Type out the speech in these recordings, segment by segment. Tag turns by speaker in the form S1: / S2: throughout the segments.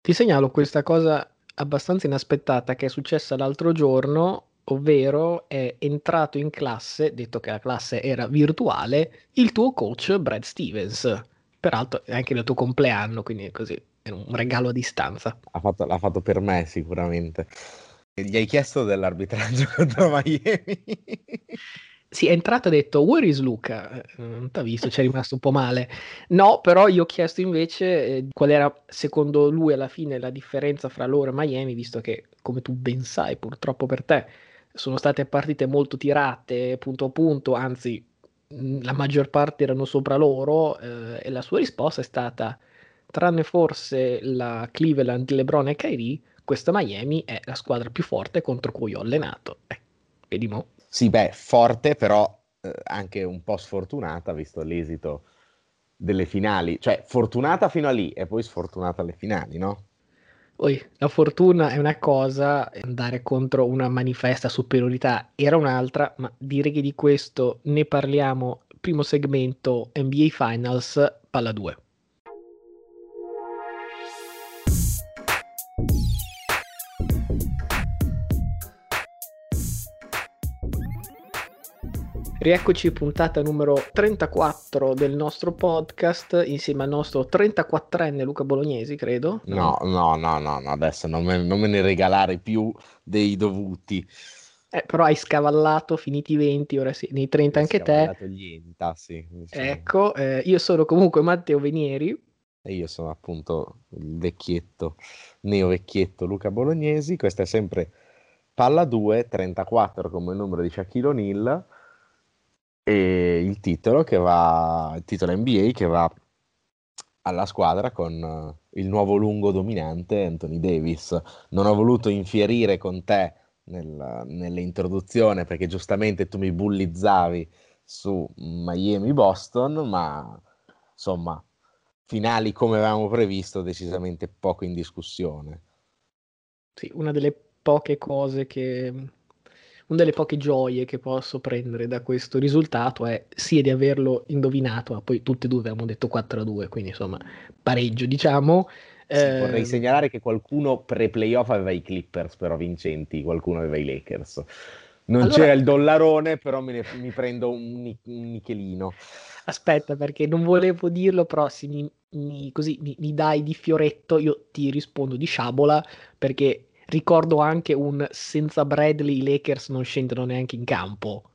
S1: Ti segnalo questa cosa abbastanza inaspettata che è successa l'altro giorno, ovvero è entrato in classe, detto che la classe era virtuale, il tuo coach Brad Stevens. Peraltro è anche il tuo compleanno, quindi così è un regalo a distanza.
S2: L'ha fatto per me sicuramente. E gli hai chiesto dell'arbitraggio contro Miami?
S1: Sì, è entrato e ha detto Where is Luca? Non t'ha visto, ci è rimasto un po' male. No, però io ho chiesto invece qual era secondo lui alla fine la differenza fra loro e Miami, visto che, come tu ben sai, purtroppo per te, sono state partite molto tirate, punto a punto, anzi, la maggior parte erano sopra loro, e la sua risposta è stata, tranne forse la Cleveland di LeBron e Kyrie, questa Miami è la squadra più forte contro cui ho allenato. Vedi mo'?
S2: Sì, beh, forte, però anche un po' sfortunata, visto l'esito delle finali. Cioè, fortunata fino a lì e poi sfortunata alle finali, no?
S1: Poi la fortuna è una cosa, andare contro una manifesta superiorità era un'altra, ma dire che di questo ne parliamo primo segmento NBA Finals, palla 2. Rieccoci, puntata numero 34 del nostro podcast, insieme al nostro 34enne Luca Bolognesi, credo,
S2: No,
S1: no?
S2: no, no, no, no, adesso non me ne regalare più dei dovuti.
S1: Però hai scavallato, finiti i 20, ora sì, nei 30
S2: Io ho
S1: anche te.
S2: scavallato gli enta, sì, diciamo.
S1: Ecco, io sono comunque Matteo Venieri.
S2: E io sono appunto il vecchietto, neo vecchietto Luca Bolognesi. Questa è sempre palla 2, 34 come il numero di Shaquille O'Neal e il titolo NBA che va alla squadra con il nuovo lungo dominante Anthony Davis. Non ho voluto infierire con te nell'introduzione perché giustamente tu mi bullizzavi su Miami-Boston, ma insomma, finali come avevamo previsto, decisamente poco in discussione.
S1: Sì, una delle poche cose una delle poche gioie che posso prendere da questo risultato è sia di averlo indovinato, ma poi tutti e due avevamo detto 4-2, quindi insomma pareggio, diciamo.
S2: Sì, vorrei
S1: Ehm,
S2: segnalare che qualcuno pre-playoff aveva i Clippers, però vincenti, qualcuno aveva i Lakers. Non
S1: allora,
S2: c'era il dollarone, però mi prendo un nichelino.
S1: aspetta, perché non volevo dirlo, però se così mi dai di fioretto, io ti rispondo di sciabola, perché ricordo anche un senza Bradley i Lakers non scendono neanche in campo.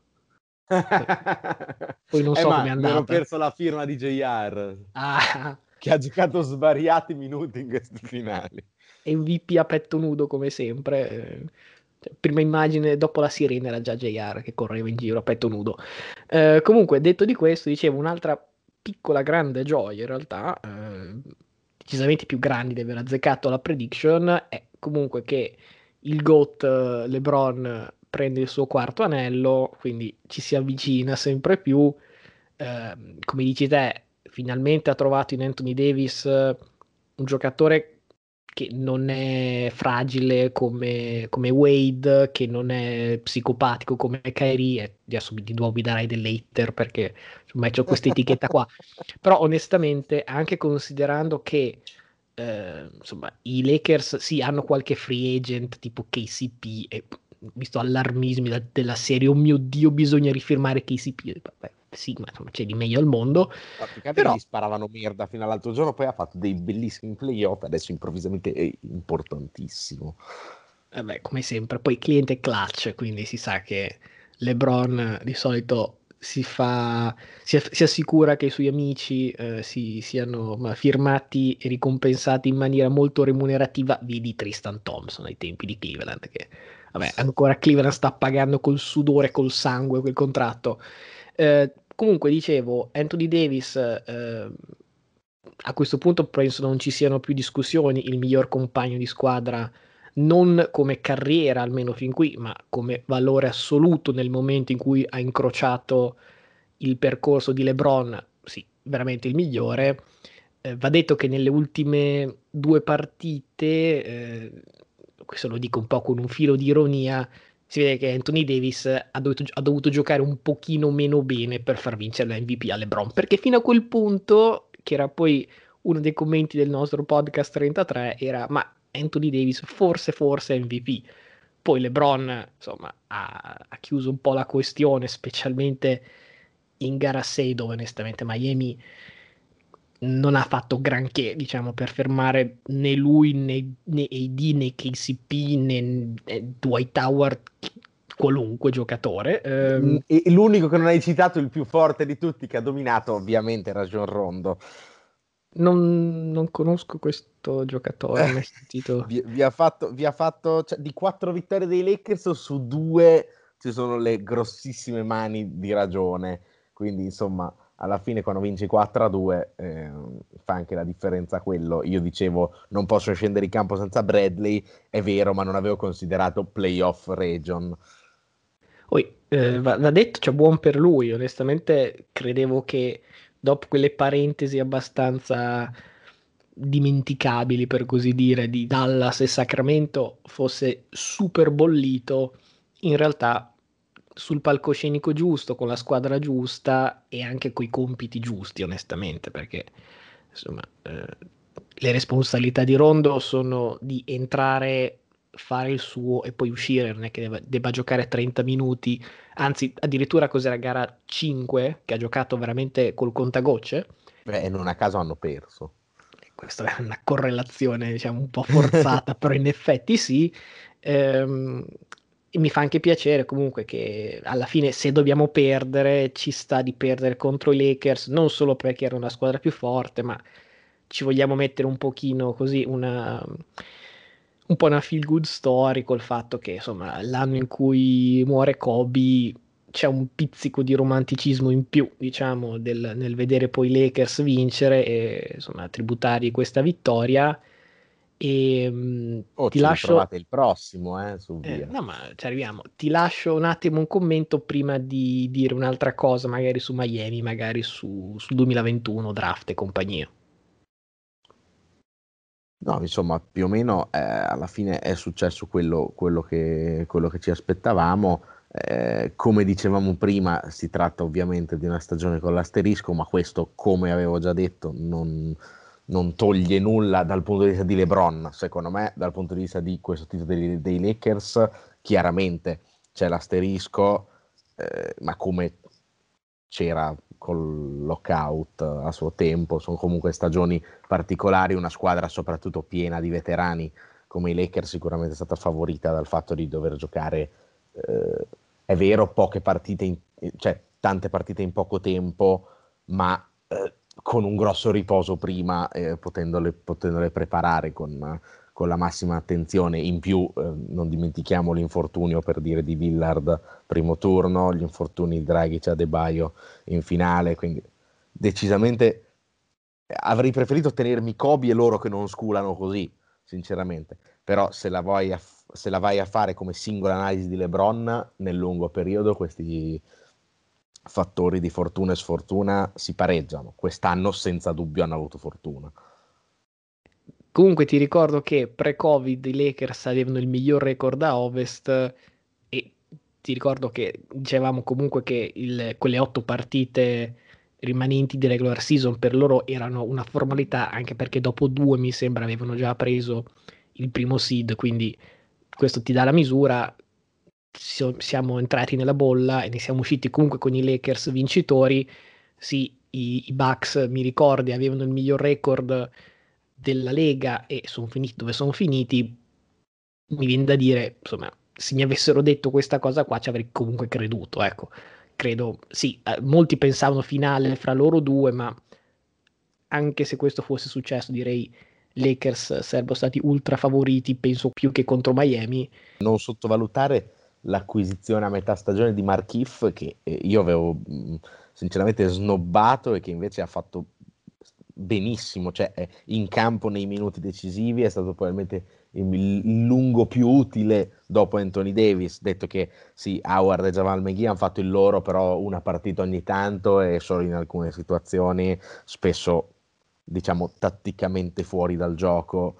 S1: Poi non so com'è
S2: Ma mi ero
S1: andata.
S2: perso la firma di JR,
S1: Ah,
S2: che ha giocato svariati minuti in queste finali.
S1: MVP a petto nudo come sempre. Cioè, prima immagine dopo la sirena era già JR che correva in giro a petto nudo. Comunque, detto di questo, dicevo un'altra piccola grande gioia in realtà, decisamente più grandi di aver azzeccato la prediction, è comunque che il GOAT LeBron prende il suo quarto anello, quindi ci si avvicina sempre più. Come dici te, finalmente ha trovato in Anthony Davis un giocatore che non è fragile come Wade, che non è psicopatico come Kyrie, e adesso di nuovo mi darai dell'hater perché insomma c'ho questa etichetta qua, però onestamente anche considerando che insomma i Lakers sì hanno qualche free agent tipo KCP e visto allarmismi della serie oh mio Dio bisogna rifirmare KCP. Vabbè, sì, ma insomma c'è di meglio al mondo,
S2: No, più che altro che
S1: però
S2: gli sparavano merda fino all'altro giorno, poi ha fatto dei bellissimi playoff, adesso improvvisamente è importantissimo.
S1: vabbè, come sempre, poi cliente clutch, quindi si sa che LeBron di solito si assicura che i suoi amici siano firmati e ricompensati in maniera molto remunerativa. Vedi Tristan Thompson ai tempi di Cleveland, che vabbè, ancora Cleveland sta pagando col sudore e col sangue quel contratto. Comunque, dicevo, Anthony Davis, a questo punto penso non ci siano più discussioni, il miglior compagno di squadra non come carriera, almeno fin qui, ma come valore assoluto nel momento in cui ha incrociato il percorso di LeBron, sì, veramente il migliore. Va detto che nelle ultime due partite, questo lo dico un po' con un filo di ironia, si vede che Anthony Davis ha dovuto giocare un pochino meno bene per far vincere la MVP a LeBron, perché fino a quel punto, che era poi uno dei commenti del nostro podcast 33 era: ma Anthony Davis forse MVP. Poi LeBron, insomma, ha chiuso un po' la questione, specialmente in gara 6, dove onestamente Miami non ha fatto granché, diciamo, per fermare né lui né AD né KCP né Dwight Howard, qualunque giocatore.
S2: E l'unico che non hai citato, il più forte di tutti, che ha dominato, ovviamente, era Rajon Rondo.
S1: Non conosco questo giocatore, mai sentito.
S2: Vi ha fatto cioè, di 4 vittorie dei Lakers su 2 ci sono le grossissime mani di ragione. Quindi, insomma, alla fine, quando vinci 4-2, fa anche la differenza quello. Io dicevo, non posso scendere in campo senza Bradley, è vero, ma non avevo considerato playoff region.
S1: Poi va detto, cioè, buon per lui. Onestamente, credevo che dopo quelle parentesi abbastanza dimenticabili, per così dire, di Dallas e Sacramento fosse super bollito. In realtà, sul palcoscenico giusto, con la squadra giusta e anche coi compiti giusti, onestamente, perché insomma, le responsabilità di Rondo sono di entrare, fare il suo e poi uscire, non è che debba giocare 30 minuti, anzi addirittura cos'era gara 5 che ha giocato veramente col contagocce.
S2: E non a caso hanno perso.
S1: Questa è una correlazione, diciamo, un po' forzata, però in effetti sì. E mi fa anche piacere comunque che alla fine, se dobbiamo perdere, ci sta di perdere contro i Lakers, non solo perché era una squadra più forte, ma ci vogliamo mettere un pochino così un po' una feel good story col fatto che, insomma, l'anno in cui muore Kobe c'è un pizzico di romanticismo in più, diciamo, nel vedere poi i Lakers vincere e, insomma, tributargli questa vittoria. E
S2: O
S1: ti
S2: ci
S1: lascio,
S2: ritrovate il prossimo, su via.
S1: no, ma ci arriviamo. Ti lascio un attimo un commento prima di dire un'altra cosa, magari su Miami, magari sul 2021 draft e compagnia.
S2: No, insomma, più o meno alla fine è successo quello che ci aspettavamo. Come dicevamo prima, si tratta ovviamente di una stagione con l'asterisco, ma questo, come avevo già detto, non toglie nulla dal punto di vista di LeBron. Secondo me, dal punto di vista di questo titolo dei Lakers, chiaramente c'è l'asterisco, ma come c'era col lockout a suo tempo, sono comunque stagioni particolari, una squadra soprattutto piena di veterani come i Lakers sicuramente è stata favorita dal fatto di dover giocare, è vero, poche partite, cioè tante partite in poco tempo, ma con un grosso riposo prima, potendole preparare con la massima attenzione. In più, non dimentichiamo l'infortunio, per dire, di Lillard primo turno, gli infortuni di Dragic, Adebayo in finale, quindi decisamente avrei preferito tenermi Kobe e loro che non sculano così, sinceramente. Però se la vai a fare come singola analisi di LeBron nel lungo periodo, questi fattori di fortuna e sfortuna si pareggiano. Quest'anno senza dubbio hanno avuto fortuna.
S1: Comunque ti ricordo che pre-Covid i Lakers avevano il miglior record a Ovest e ti ricordo che dicevamo comunque che quelle 8 partite rimanenti di regular season per loro erano una formalità, anche perché dopo 2 mi sembra avevano già preso il primo seed, quindi questo ti dà la misura. Siamo entrati nella bolla e ne siamo usciti comunque con i Lakers vincitori. Sì, i Bucks, mi ricordi, avevano il miglior record della Lega e sono finiti dove sono finiti. Mi viene da dire, insomma, se mi avessero detto questa cosa qua ci avrei comunque creduto, ecco. Credo, sì, molti pensavano finale fra loro due, ma anche se questo fosse successo, direi Lakers sarebbero stati ultra favoriti, penso più che contro Miami.
S2: Non sottovalutare l'acquisizione a metà stagione di Markieff, che io avevo sinceramente snobbato e che invece ha fatto benissimo, cioè è in campo nei minuti decisivi, è stato probabilmente il lungo più utile dopo Anthony Davis, detto che sì, Howard e Javal McGee hanno fatto il loro, però una partita ogni tanto e solo in alcune situazioni, spesso diciamo tatticamente fuori dal gioco.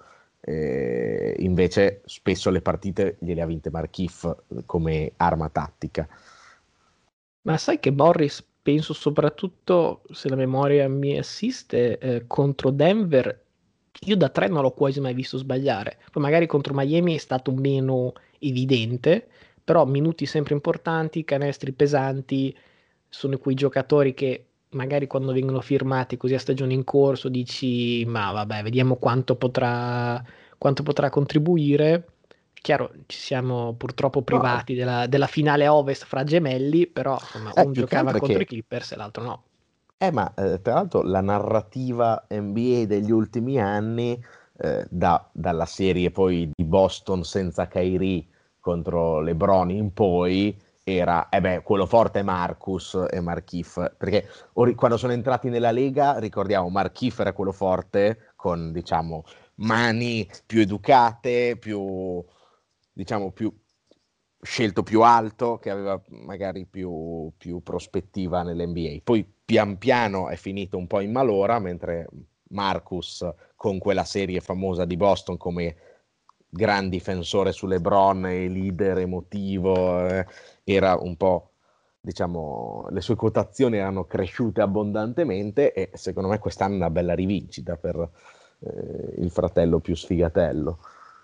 S2: Invece spesso le partite gliele ha vinte Markieff come arma tattica.
S1: Ma sai che Morris penso soprattutto, se la memoria mi assiste, contro Denver, io da tre non l'ho quasi mai visto sbagliare. Poi magari contro Miami è stato meno evidente, però minuti sempre importanti, canestri pesanti, sono quei giocatori che magari quando vengono firmati così a stagione in corso dici, ma vabbè, vediamo quanto potrà contribuire. Chiaro, ci siamo purtroppo
S2: No,
S1: privati della finale a Ovest fra gemelli, però insomma, un
S2: più che
S1: giocava
S2: altro è
S1: contro i
S2: che
S1: Clippers e l'altro no.
S2: Ma tra l'altro la narrativa NBA degli ultimi anni, dalla serie poi di Boston senza Kyrie contro LeBron in poi, era, quello forte è Marcus e Markieff, perché quando sono entrati nella Lega, ricordiamo, Markieff era quello forte, con, diciamo, mani più educate, più, diciamo, più scelto più alto, che aveva magari più prospettiva nell'NBA. Poi pian piano è finito un po' in malora, mentre Marcus, con quella serie famosa di Boston come gran difensore su LeBron e leader emotivo, era un po', diciamo, le sue quotazioni erano cresciute abbondantemente e secondo me quest'anno è una bella rivincita per il fratello più sfigatello.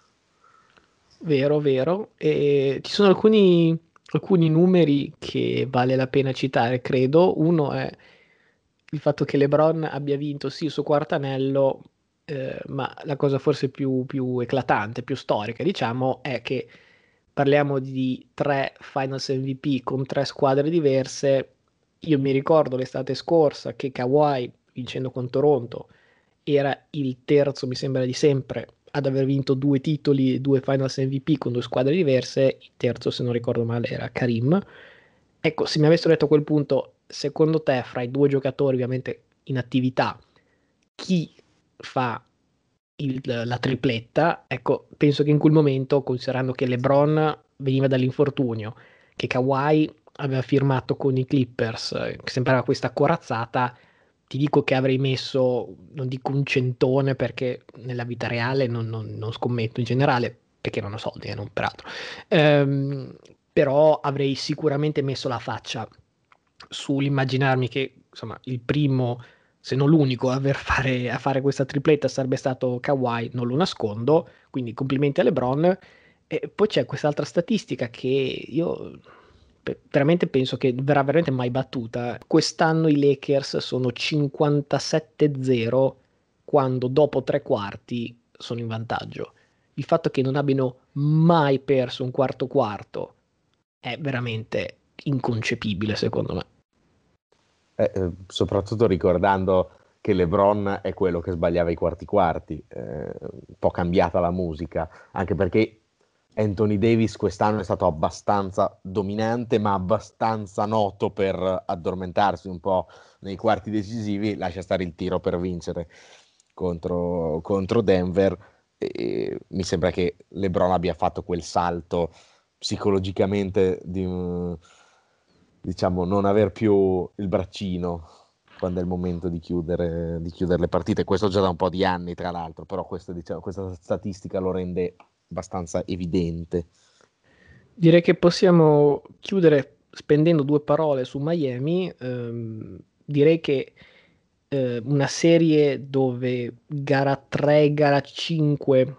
S1: Vero, vero. E ci sono alcuni numeri che vale la pena citare, credo. Uno è il fatto che LeBron abbia vinto sì il suo quarto anello, ma la cosa forse più eclatante, più storica, diciamo, è che parliamo di tre Finals MVP con tre squadre diverse. Io mi ricordo l'estate scorsa che Kawhi, vincendo con Toronto, era il terzo, mi sembra di sempre, ad aver vinto due titoli, due Finals MVP con due squadre diverse. Il terzo, se non ricordo male, era Karim. Ecco, se mi avessero detto a quel punto, secondo te, fra i due giocatori ovviamente in attività, chi fa la tripletta? Ecco, penso che in quel momento, considerando che LeBron veniva dall'infortunio, che Kawhi aveva firmato con i Clippers, che sembrava questa corazzata, ti dico che avrei messo, non dico un centone perché nella vita reale non scommetto in generale, perché non ho soldi, non peraltro. Ehm, Però avrei sicuramente messo la faccia sull'immaginarmi che, insomma, il primo, se non l'unico a fare questa tripletta sarebbe stato Kawhi, non lo nascondo, quindi complimenti a LeBron. E poi c'è quest'altra statistica che io veramente penso che verrà veramente mai battuta. Quest'anno i Lakers sono 57-0 quando dopo tre quarti sono in vantaggio. Il fatto che non abbiano mai perso un quarto quarto è veramente inconcepibile, secondo me.
S2: Soprattutto ricordando che LeBron è quello che sbagliava i quarti quarti, un po' cambiata la musica, anche perché Anthony Davis quest'anno è stato abbastanza dominante, ma abbastanza noto per addormentarsi un po' nei quarti decisivi, lascia stare il tiro per vincere contro Denver. E mi sembra che LeBron abbia fatto quel salto psicologicamente di, diciamo, non aver più il braccino quando è il momento di chiudere le partite. Questo già da un po' di anni, tra l'altro, però questo, diciamo, questa statistica lo rende abbastanza evidente.
S1: Direi che possiamo chiudere spendendo due parole su Miami. Direi che una serie dove gara 3 e gara 5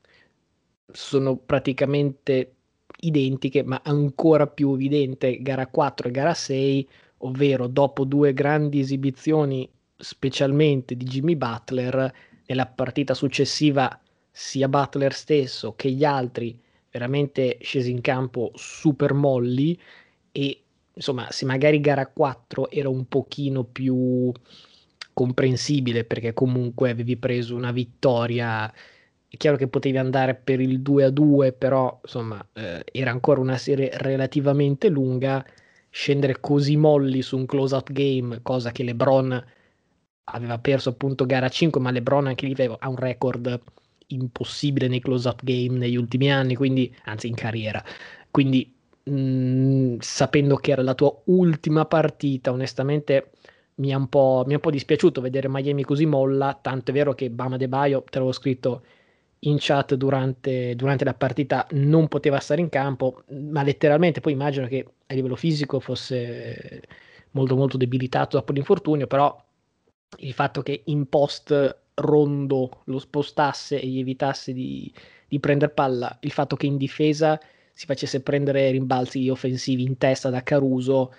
S1: sono praticamente identiche, ma ancora più evidente gara 4 e gara 6, ovvero dopo due grandi esibizioni, specialmente di Jimmy Butler, nella partita successiva sia Butler stesso che gli altri veramente scesi in campo super molli e insomma, se magari gara 4 era un pochino più comprensibile perché comunque avevi preso una vittoria, è chiaro che potevi andare per il 2-2, però insomma, era ancora una serie relativamente lunga. Scendere così molli su un close-out game, cosa che LeBron aveva perso appunto gara 5, ma LeBron anche lì ha un record impossibile nei close-up game negli ultimi anni, quindi, anzi in carriera. Quindi, sapendo che era la tua ultima partita, onestamente mi è un po' dispiaciuto vedere Miami così molla, tanto è vero che Bam Adebayo, te l'avevo scritto in chat durante la partita, non poteva stare in campo, ma letteralmente poi immagino che a livello fisico fosse molto molto debilitato dopo l'infortunio, però il fatto che in post Rondo lo spostasse e gli evitasse di prendere palla, il fatto che in difesa si facesse prendere rimbalzi offensivi in testa da Caruso,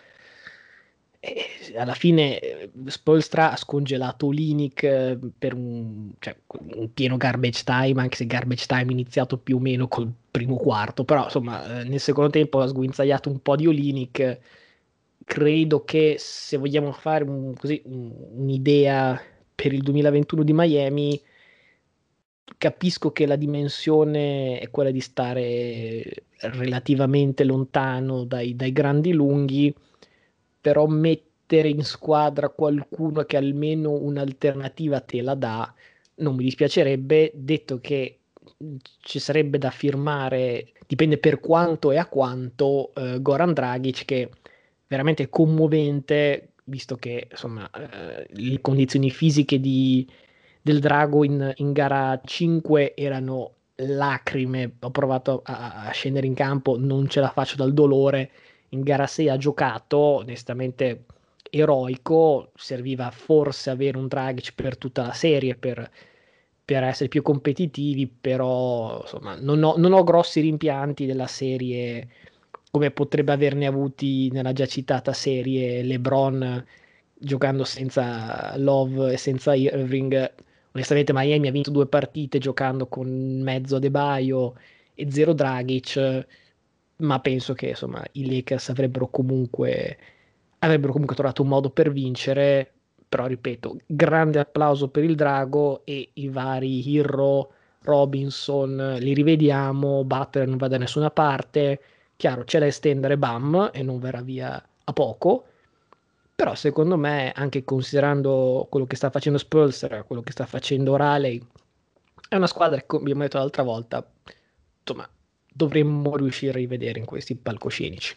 S1: alla fine Spoelstra ha scongelato Olynyk per cioè, un pieno garbage time, anche se garbage time iniziato più o meno col primo quarto, però insomma nel secondo tempo ha sguinzagliato un po' di Olynyk. Credo che se vogliamo fare un'idea per il 2021 di Miami, capisco che la dimensione è quella di stare relativamente lontano dai grandi lunghi, però mettere in squadra qualcuno che almeno un'alternativa te la dà, non mi dispiacerebbe, detto che ci sarebbe da firmare, dipende per quanto e a quanto, Goran Dragic, che veramente commovente, visto che insomma le condizioni fisiche del Drago in gara 5 erano lacrime. Ho provato a scendere in campo, non ce la faccio dal dolore. In gara 6 ha giocato, onestamente eroico, serviva forse avere un Dragic per tutta la serie per essere più competitivi, però insomma non ho grossi rimpianti della serie come potrebbe averne avuti nella già citata serie LeBron giocando senza Love e senza Irving. Onestamente Miami ha vinto 2 partite giocando con mezzo Adebayo e zero Dragic, ma penso che insomma i Lakers avrebbero comunque trovato un modo per vincere. Però ripeto, grande applauso per il Drago e i vari Hero, Robinson, li rivediamo, Butler non va da nessuna parte. Chiaro, c'è da estendere Bam e non verrà via a poco, però secondo me, anche considerando quello che sta facendo Spolster, quello che sta facendo Raleigh, è una squadra che, come abbiamo detto l'altra volta, insomma, dovremmo riuscire a rivedere in questi palcoscenici.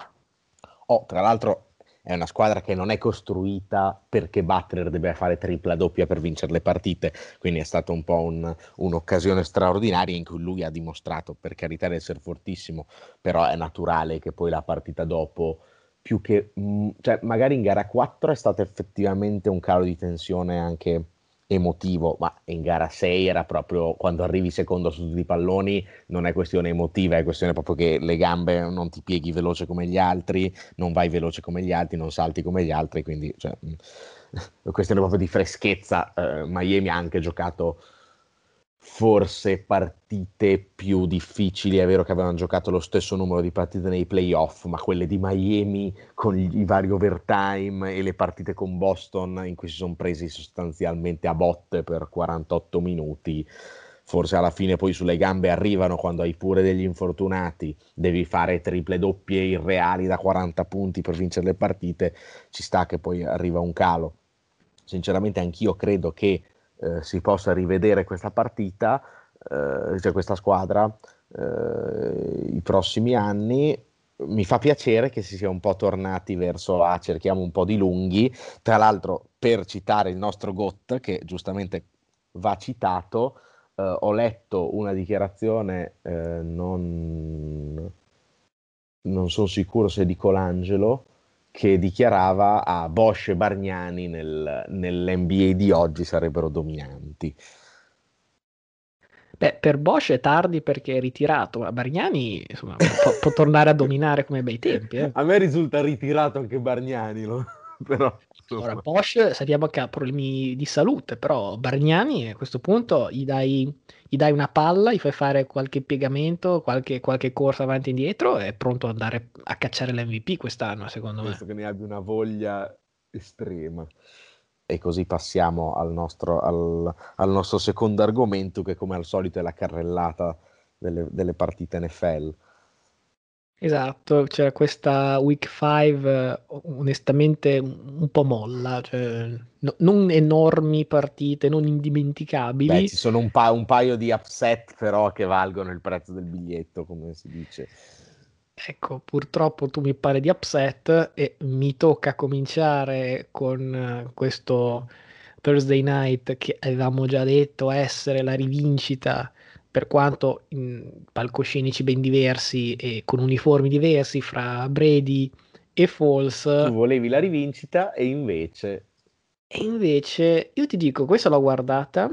S2: Oh, tra l'altro è una squadra che non è costruita perché Butler deve fare tripla doppia per vincere le partite, quindi è stata un po' un'occasione straordinaria in cui lui ha dimostrato, per carità, di essere fortissimo, però è naturale che poi la partita dopo, più che, cioè magari in gara 4 è stato effettivamente un calo di tensione anche emotivo, ma in gara 6 era proprio quando arrivi secondo su tutti i palloni, non è questione emotiva, è questione proprio che le gambe non ti pieghi veloce come gli altri, non vai veloce come gli altri, non salti come gli altri, quindi cioè, è questione proprio di freschezza. Miami ha anche giocato forse partite più difficili, è vero che avevano giocato lo stesso numero di partite nei playoff, ma quelle di Miami con i vari overtime e le partite con Boston in cui si sono presi sostanzialmente a botte per 48 minuti, forse alla fine poi sulle gambe arrivano quando hai pure degli infortunati, devi fare triple doppie irreali da 40 punti per vincere le partite, ci sta che poi arriva un calo. Sinceramente anch'io credo che si possa rivedere questa partita, cioè questa squadra, i prossimi anni. Mi fa piacere che si sia un po' tornati verso cerchiamo un po' di lunghi. Tra l'altro, per citare il nostro GOT, che giustamente va citato, ho letto una dichiarazione, non sono sicuro se di Colangelo, che dichiarava a Bosch e Bargnani nell'NBA di oggi sarebbero dominanti.
S1: Beh, per Bosch è tardi perché è ritirato, ma Bargnani, insomma, può tornare a dominare come ai bei tempi, eh.
S2: A me risulta ritirato anche Bargnani, però
S1: Ora,
S2: insomma.
S1: Bosch sappiamo che ha problemi di salute, però Bargnani a questo punto gli dai una palla, gli fai fare qualche piegamento, qualche corsa avanti e indietro, è pronto ad andare a cacciare l'MVP quest'anno, secondo me.
S2: Penso che ne abbia una voglia estrema. E così passiamo al nostro secondo argomento, che come al solito è la carrellata delle partite NFL.
S1: Esatto, c'era questa Week 5, onestamente un po' molla, cioè, non enormi partite, non
S2: Beh,
S1: indimenticabili.
S2: ci sono un paio di upset però che valgono il prezzo del biglietto, come si dice.
S1: Ecco, purtroppo tu mi parli di upset e mi tocca cominciare con questo Thursday Night che avevamo già detto essere la rivincita, per quanto in palcoscenici ben diversi e con uniformi diversi, fra Brady e Foles.
S2: Tu volevi la rivincita e invece...
S1: E invece io ti dico, questa l'ho guardata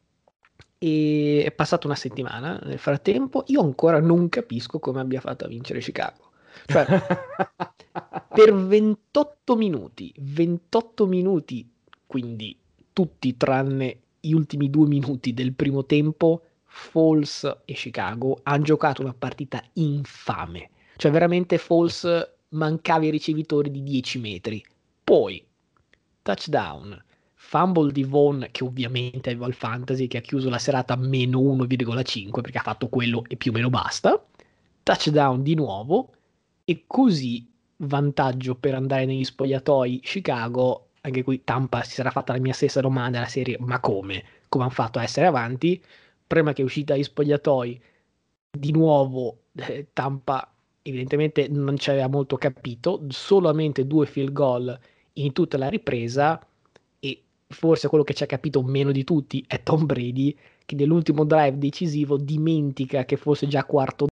S1: e è passata una settimana. Nel frattempo, io ancora non capisco come abbia fatto a vincere Chicago. Cioè, per 28 minuti, quindi tutti tranne gli ultimi 2 minuti del primo tempo, Foles e Chicago hanno giocato una partita infame. Cioè, veramente Foles mancava i ricevitori di 10 metri. Poi, touchdown, fumble di Vaughn, che ovviamente aveva il fantasy, che ha chiuso la serata a meno 1,5 perché ha fatto quello e più o meno basta. Touchdown di nuovo e così vantaggio per andare negli spogliatoi Chicago. Anche qui Tampa si sarà fatta la mia stessa domanda alla serie, ma come? Come hanno fatto a essere avanti? Prima che è uscita agli spogliatoi, di nuovo Tampa evidentemente non ci aveva molto capito, solamente 2 field goal in tutta la ripresa e forse quello che ci ha capito meno di tutti è Tom Brady che nell'ultimo drive decisivo dimentica che fosse già quarto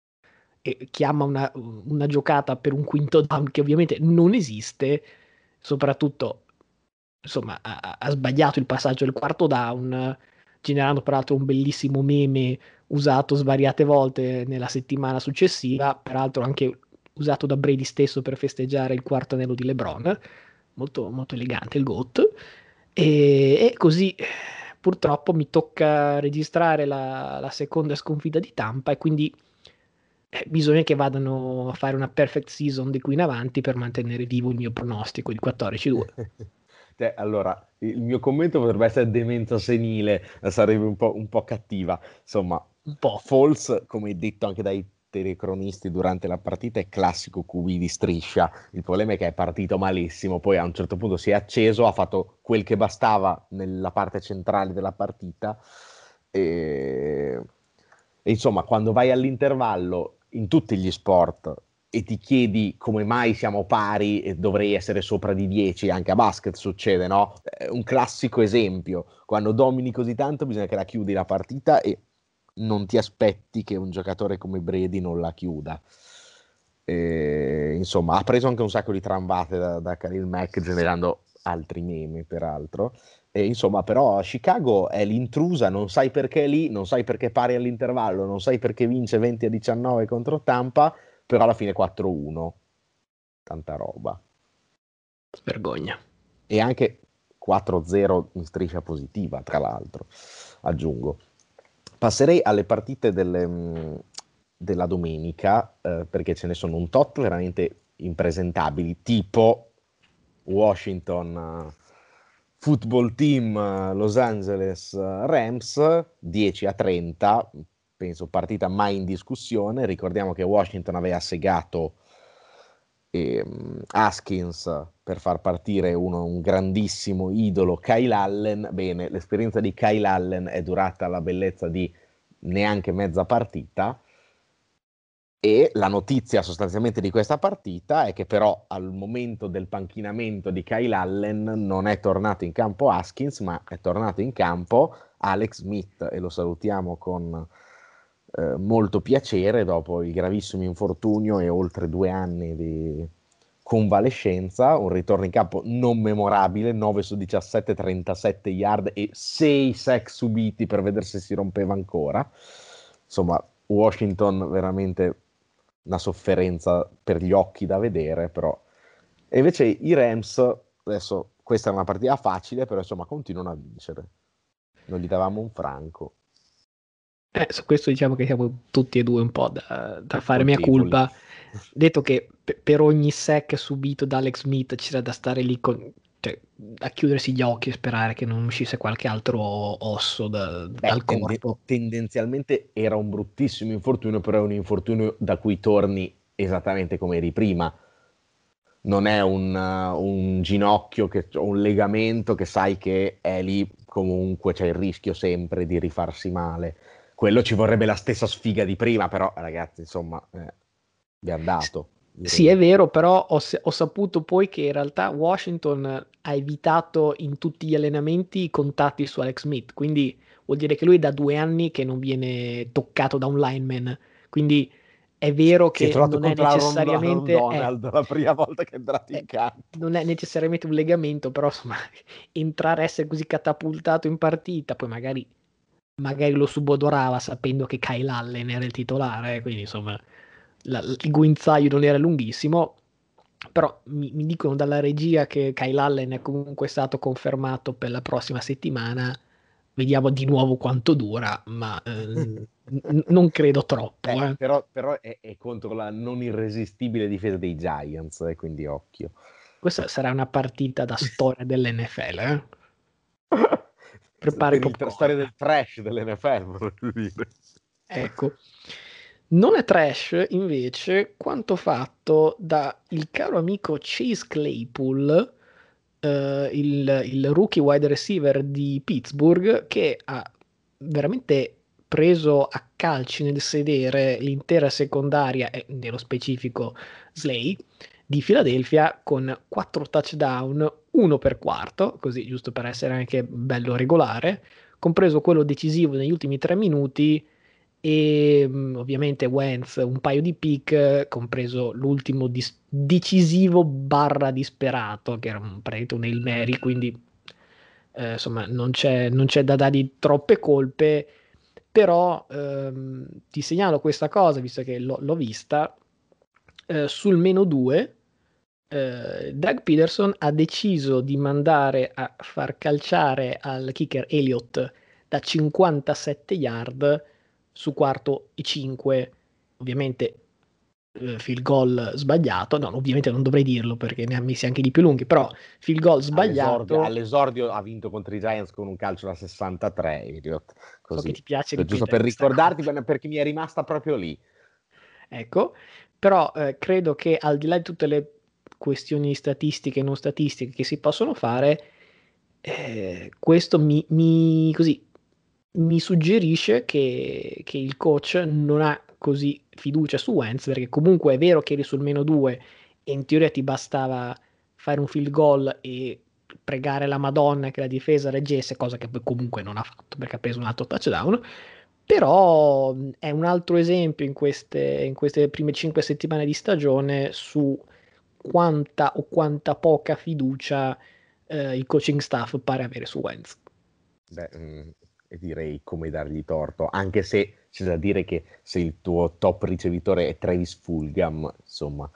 S1: e chiama una giocata per un quinto down che ovviamente non esiste, soprattutto insomma ha sbagliato il passaggio del quarto down, generando peraltro un bellissimo meme usato svariate volte nella settimana successiva, peraltro anche usato da Brady stesso per festeggiare il quarto anello di LeBron, molto, molto elegante il GOAT, e così purtroppo mi tocca registrare la seconda sconfitta di Tampa e quindi bisogna che vadano a fare una perfect season di qui in avanti per mantenere vivo il mio pronostico di 14-2.
S2: Cioè, allora, il mio commento potrebbe essere demenza senile, sarebbe un po' cattiva. Insomma,
S1: Un po'.
S2: Foles, come detto anche dai telecronisti durante la partita, è classico QB di striscia. Il problema è che è partito malissimo, poi a un certo punto si è acceso, ha fatto quel che bastava nella parte centrale della partita e, e insomma, quando vai all'intervallo in tutti gli sport e ti chiedi come mai siamo pari e dovrei essere sopra di 10, anche a basket succede, no? È un classico esempio, quando domini così tanto bisogna che la chiudi la partita e non ti aspetti che un giocatore come Brady non la chiuda. Insomma, ha preso anche un sacco di tramvate da Khalil Mack, generando altri meme, peraltro. Insomma, però Chicago è l'intrusa, non sai perché è lì, non sai perché pari all'intervallo, non sai perché vince 20-19 contro Tampa, però alla fine 4-1. Tanta roba.
S1: Vergogna.
S2: E anche 4-0 in striscia positiva, tra l'altro, aggiungo. Passerei alle partite della domenica, perché ce ne sono un tot veramente impresentabili, tipo Washington Football Team Los Angeles Rams 10-30, penso partita mai in discussione. Ricordiamo che Washington aveva segato Haskins per far partire un grandissimo idolo, Kyle Allen. Bene, l'esperienza di Kyle Allen è durata la bellezza di neanche mezza partita. E la notizia sostanzialmente di questa partita è che però al momento del panchinamento di Kyle Allen non è tornato in campo Haskins, ma è tornato in campo Alex Smith e lo salutiamo con molto piacere dopo il gravissimo infortunio e oltre 2 anni di convalescenza, un ritorno in campo non memorabile, 9 su 17, 37 yard e 6 sack subiti per vedere se si rompeva ancora. Insomma, Washington veramente una sofferenza per gli occhi da vedere, però. E invece i Rams, adesso questa è una partita facile, però insomma continuano a vincere. Non gli davamo un franco.
S1: Su questo diciamo che siamo tutti e due un po' da fare mia
S2: Colpevoli.
S1: colpa. Detto che per ogni sack subito da Alex Smith c'era da stare lì cioè, a chiudersi gli occhi e sperare che non uscisse qualche altro osso
S2: Beh,
S1: dal corpo.
S2: tendenzialmente era un bruttissimo infortunio, però è un infortunio da cui torni esattamente come eri prima. Non è un ginocchio, un legamento che sai che è lì comunque, c'è il rischio sempre di rifarsi male. Quello ci vorrebbe la stessa sfiga di prima, però ragazzi, insomma, vi è andato,
S1: Sì, è
S2: direi.
S1: vero, però ho saputo poi che in realtà Washington ha evitato in tutti gli allenamenti i contatti su Alex Smith, quindi vuol dire che lui è da 2 anni che non viene toccato da un lineman, quindi è vero
S2: Si è
S1: che
S2: trovato
S1: non è
S2: contro la
S1: necessariamente
S2: Donald la prima volta che è entrato in campo.
S1: non è necessariamente un legamento, però insomma, entrare a essere così catapultato in partita, poi magari lo subodorava sapendo che Kyle Allen era il titolare, quindi insomma il guinzaglio non era lunghissimo, però mi dicono dalla regia che Kyle Allen è comunque stato confermato per la prossima settimana, vediamo di nuovo quanto dura, ma non credo troppo.
S2: Però è contro la non irresistibile difesa dei Giants, quindi occhio.
S1: Questa sarà una partita da storia dell'NFL, eh? Prepara i
S2: Per il storia
S1: popcorn.
S2: del trash dell'NFL, vorrei dire.
S1: Ecco, non è trash invece quanto fatto da il caro amico Chase Claypool, il rookie wide receiver di Pittsburgh, che ha veramente preso a calci nel sedere l'intera secondaria, e nello specifico Slay, di Philadelphia con 4 touchdown, uno per quarto, così giusto per essere anche bello regolare, compreso quello decisivo negli ultimi 3 minuti e ovviamente Wentz un paio di pick, compreso l'ultimo decisivo barra disperato, che era praticamente un Hail Mary, quindi insomma non c'è da dargli troppe colpe, però ti segnalo questa cosa, visto che l'ho vista, sul meno 2. Doug Peterson ha deciso di mandare a far calciare al kicker Elliott da 57 yard su quarto e 5, ovviamente field goal sbagliato, no, ovviamente non dovrei dirlo perché ne ha messi anche di più lunghi, però field goal sbagliato.
S2: All'esordio ha vinto contro i Giants con un calcio da 63, idiot.
S1: So che
S2: Così.
S1: ti piace
S2: Giusto
S1: ripetere
S2: per
S1: questa
S2: ricordarti,
S1: cosa.
S2: perché mi è rimasta proprio lì.
S1: Ecco, però credo che al di là di tutte le questioni statistiche e non statistiche che si possono fare, questo così, mi suggerisce che il coach non ha così fiducia su Wentz, perché comunque è vero che eri sul meno 2 e in teoria ti bastava fare un field goal e pregare la Madonna che la difesa reggesse, cosa che poi comunque non ha fatto perché ha preso un altro touchdown. Però è un altro esempio in queste prime 5 settimane di stagione su quanta o quanta poca fiducia il coaching staff pare avere su Wentz.
S2: Beh, e direi come dargli torto, anche se c'è da dire che se il tuo top ricevitore è Travis Fulgham, insomma,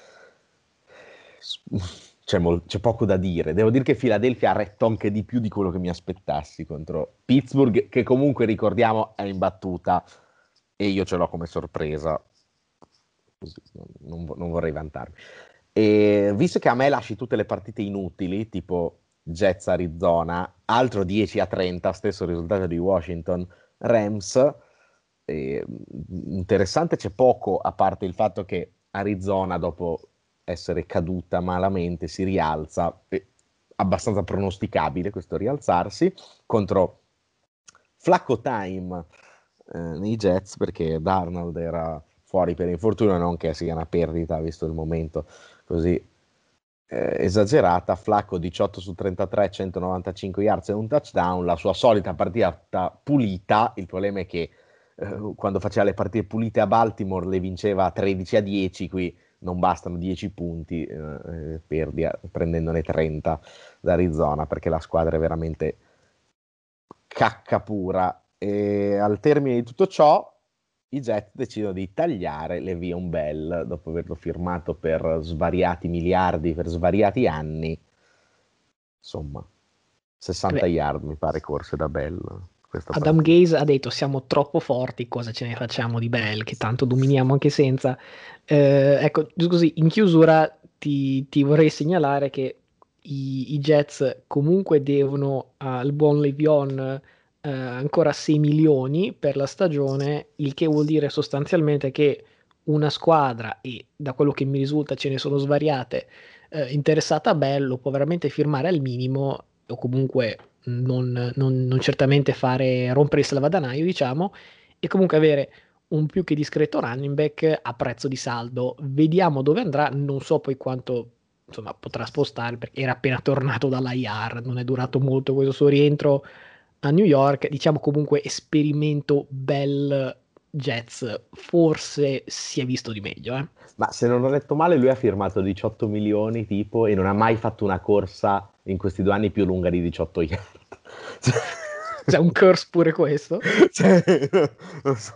S2: c'è poco da dire. Devo dire che Philadelphia ha retto anche di più di quello che mi aspettassi contro Pittsburgh, che comunque ricordiamo è imbattuta e io ce l'ho come sorpresa. Così, non vorrei vantarmi. E visto che a me lasci tutte le partite inutili, tipo Jets Arizona, altro 10-30, stesso risultato di Washington Rams, interessante, c'è poco a parte il fatto che Arizona dopo essere caduta malamente si rialza, abbastanza pronosticabile questo rialzarsi, contro Flacco Time nei Jets, perché Darnold era fuori per infortunio, non che sia una perdita visto il momento così esagerata. Flacco 18 su 33, 195 yards e un touchdown, la sua solita partita pulita. Il problema è che quando faceva le partite pulite a Baltimore le vinceva 13-10, qui non bastano 10 punti, prendendone 30 da Arizona, perché la squadra è veramente cacca pura. E al termine di tutto ciò i Jet decidono di tagliare Le'Veon Bell dopo averlo firmato per svariati miliardi, per svariati anni. Insomma, 60
S1: Beh,
S2: yard mi pare corse da Bell questa
S1: Adam
S2: partita.
S1: Gaze ha detto siamo troppo forti, cosa ce ne facciamo di Bell, che tanto dominiamo anche senza. Ecco, giusto così, in chiusura ti vorrei segnalare che i Jets comunque devono al buon Le'Veon ancora 6 milioni per la stagione, il che vuol dire sostanzialmente che una squadra, e da quello che mi risulta ce ne sono svariate, interessata a Bell lo può veramente firmare al minimo o comunque non certamente fare rompere il salvadanaio, diciamo, e comunque avere un più che discreto running back a prezzo di saldo. Vediamo dove andrà, non so poi quanto insomma potrà spostare perché era appena tornato dalla IR, non è durato molto questo suo rientro a New York, diciamo comunque esperimento Bell Jets forse si è visto di meglio, eh.
S2: Ma se non ho letto male, lui ha firmato 18 milioni tipo e non ha mai fatto una corsa in questi 2 anni più lunga di 18 yard.
S1: C'è un curse pure questo.
S2: Cioè, non so.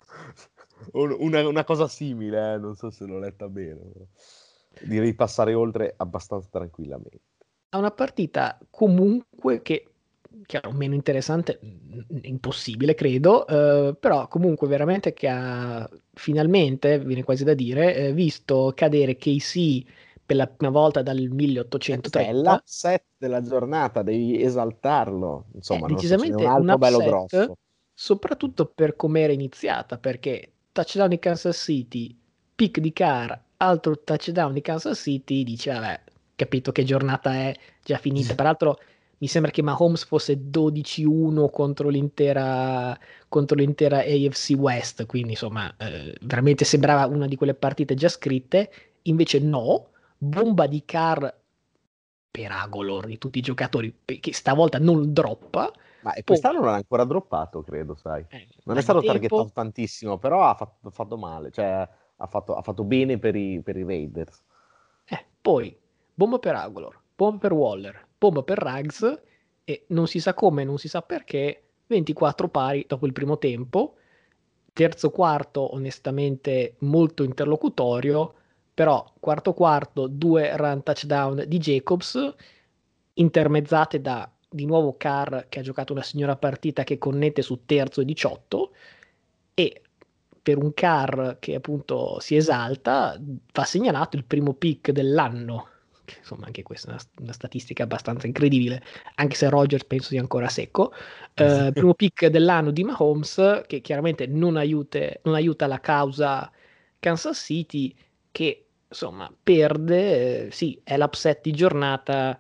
S2: Una cosa simile, non so se l'ho letta bene. Direi passare oltre abbastanza tranquillamente.
S1: Ha una partita comunque che, chiaro, meno interessante, impossibile credo, però comunque veramente che ha finalmente, viene quasi da dire, visto cadere KC per la prima volta dal
S2: Questo è
S1: 1830.
S2: l'upset della giornata, devi esaltarlo.
S1: È
S2: Insomma, non so, ce n'è un
S1: decisamente un
S2: altro bello
S1: upset,
S2: grosso.
S1: soprattutto per come era iniziata, perché touchdown di Kansas City, pick di Carr, altro touchdown di Kansas City, dice, vabbè, capito che giornata è già finita. Peraltro mi sembra che Mahomes fosse 12-1 contro l'intera AFC West, quindi insomma, veramente sembrava una di quelle partite già scritte, invece no, bomba di Carr per Agolor di tutti i giocatori, che stavolta non droppa.
S2: Ma e
S1: Poi
S2: quest'anno non ha ancora droppato, credo, sai. Non è
S1: dagli
S2: stato
S1: tempo,
S2: targetato tantissimo, però ha fatto male, cioè ha fatto bene per i Raiders.
S1: poi bomba per Agolor, bomba per Waller, bomba per Ruggs e non si sa come, non si sa perché, 24 pari dopo il primo tempo, terzo quarto onestamente molto interlocutorio, però quarto quarto, 2 run touchdown di Jacobs, intermezzate da di nuovo Carr che ha giocato una signora partita che connette su terzo e 18 e per un Carr che appunto si esalta va segnalato il primo pick dell'anno. Insomma, anche questa è una statistica abbastanza incredibile, anche se Rodgers penso sia ancora secco. Primo pick dell'anno di Mahomes, che chiaramente non aiuta la causa Kansas City, che insomma perde, sì, è l'upset di giornata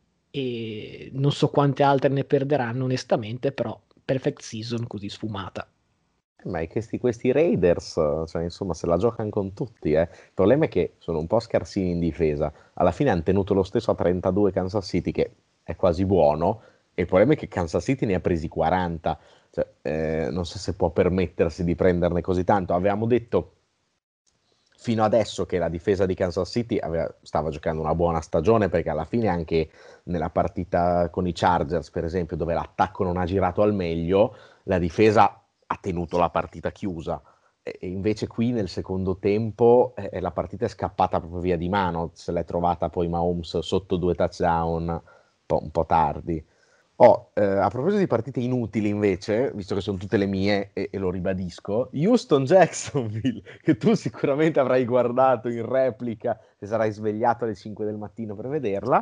S1: e non so quante altre ne perderanno onestamente, però perfect season così sfumata.
S2: Ma è che questi Raiders, cioè, insomma, se la giocano con tutti, eh. Il problema è che sono un po' scarsini in difesa. Alla fine hanno tenuto lo stesso a 32 Kansas City, che è quasi buono, e il problema è che Kansas City ne ha presi 40. Cioè, non so se può permettersi di prenderne così tanto. Avevamo detto fino adesso che la difesa di Kansas City stava giocando una buona stagione, perché alla fine anche nella partita con i Chargers, per esempio, dove l'attacco non ha girato al meglio, la difesa ha tenuto la partita chiusa. E invece qui nel secondo tempo la partita è scappata proprio via di mano, se l'è trovata poi Mahomes sotto 2 touchdown un po' tardi. A proposito di partite inutili invece, visto che sono tutte le mie e lo ribadisco, Houston-Jacksonville, che tu sicuramente avrai guardato in replica, e sarai svegliato alle 5 del mattino per vederla.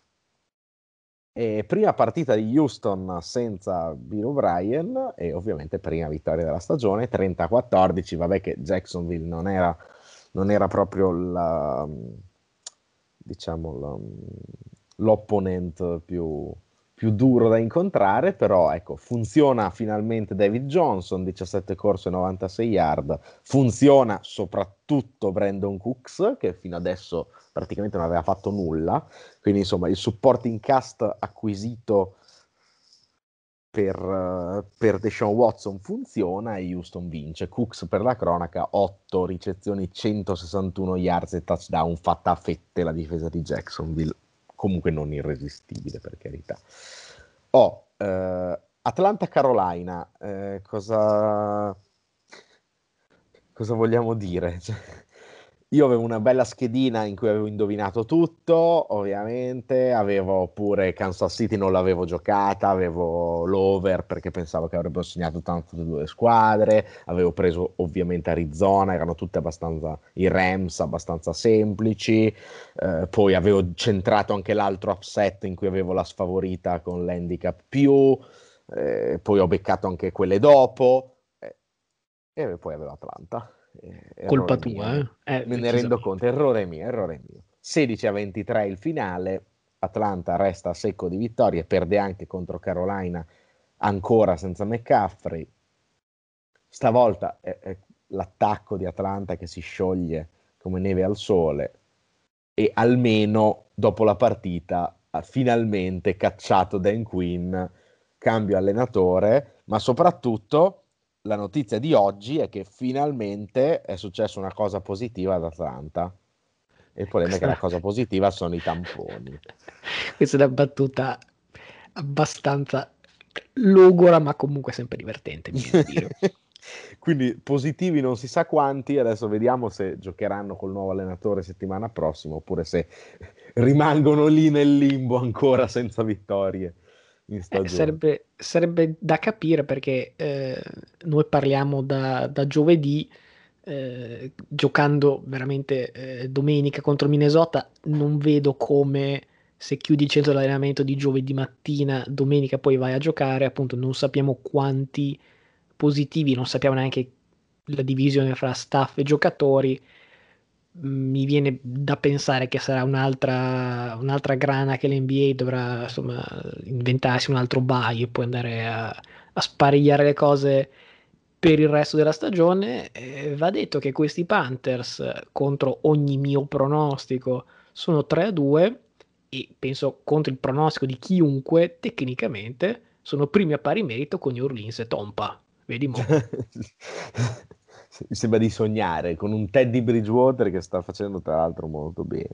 S2: Prima partita di Houston senza Bill O'Brien e ovviamente prima vittoria della stagione, 30-14, vabbè che Jacksonville non era proprio diciamo, l'opponent più duro da incontrare, però ecco, funziona finalmente David Johnson, 17 corse, 96 yard, funziona soprattutto Brandon Cooks, che fino adesso praticamente non aveva fatto nulla, quindi insomma il supporting cast acquisito per Deshaun Watson funziona e Houston vince. Cooks, per la cronaca, 8 ricezioni, 161 yards e touchdown, fatta a fette la difesa di Jacksonville, comunque non irresistibile per carità. Atlanta-Carolina, cosa vogliamo dire? Io avevo una bella schedina in cui avevo indovinato tutto, ovviamente, avevo pure Kansas City, non l'avevo giocata, avevo l'over perché pensavo che avrebbero segnato tanto le due squadre, avevo preso ovviamente Arizona, erano tutte abbastanza, i Rams abbastanza semplici, poi avevo centrato anche l'altro upset in cui avevo la sfavorita con l'handicap più, poi ho beccato anche quelle dopo, e poi avevo Atlanta.
S1: Colpa
S2: Errore mio,
S1: tua,
S2: me ne rendo
S1: decisamente.
S2: conto, errore mio. 16-23 il finale, Atlanta resta a secco di vittorie, perde anche contro Carolina, ancora senza McCaffrey. Stavolta è l'attacco di Atlanta che si scioglie come neve al sole e almeno dopo la partita ha finalmente cacciato Dan Quinn, cambio allenatore, ma soprattutto la notizia di oggi è che finalmente è successa una cosa positiva ad Atlanta. E il problema è che
S1: Questa,
S2: la cosa positiva sono i tamponi.
S1: questa è una battuta abbastanza logora, ma comunque sempre divertente, mi viene da dire.
S2: Quindi positivi non si sa quanti, adesso vediamo se giocheranno col nuovo allenatore settimana prossima oppure se rimangono lì nel limbo ancora senza vittorie in stagione.
S1: Sarebbe da capire perché noi parliamo da giovedì, giocando veramente domenica contro Minnesota, non vedo come se chiudi il centro di allenamento di giovedì mattina, domenica poi vai a giocare, appunto non sappiamo quanti positivi, non sappiamo neanche la divisione fra staff e giocatori. Mi viene da pensare che sarà un'altra grana che l'NBA dovrà insomma inventarsi un altro bye e poi andare a sparigliare le cose per il resto della stagione. Va detto che questi Panthers, contro ogni mio pronostico, sono 3-2 e penso contro il pronostico di chiunque, tecnicamente sono primi a pari merito con New Orleans e Tompa. Vedi mo'.
S2: Mi sembra di sognare con un Teddy Bridgewater che sta facendo tra l'altro molto bene.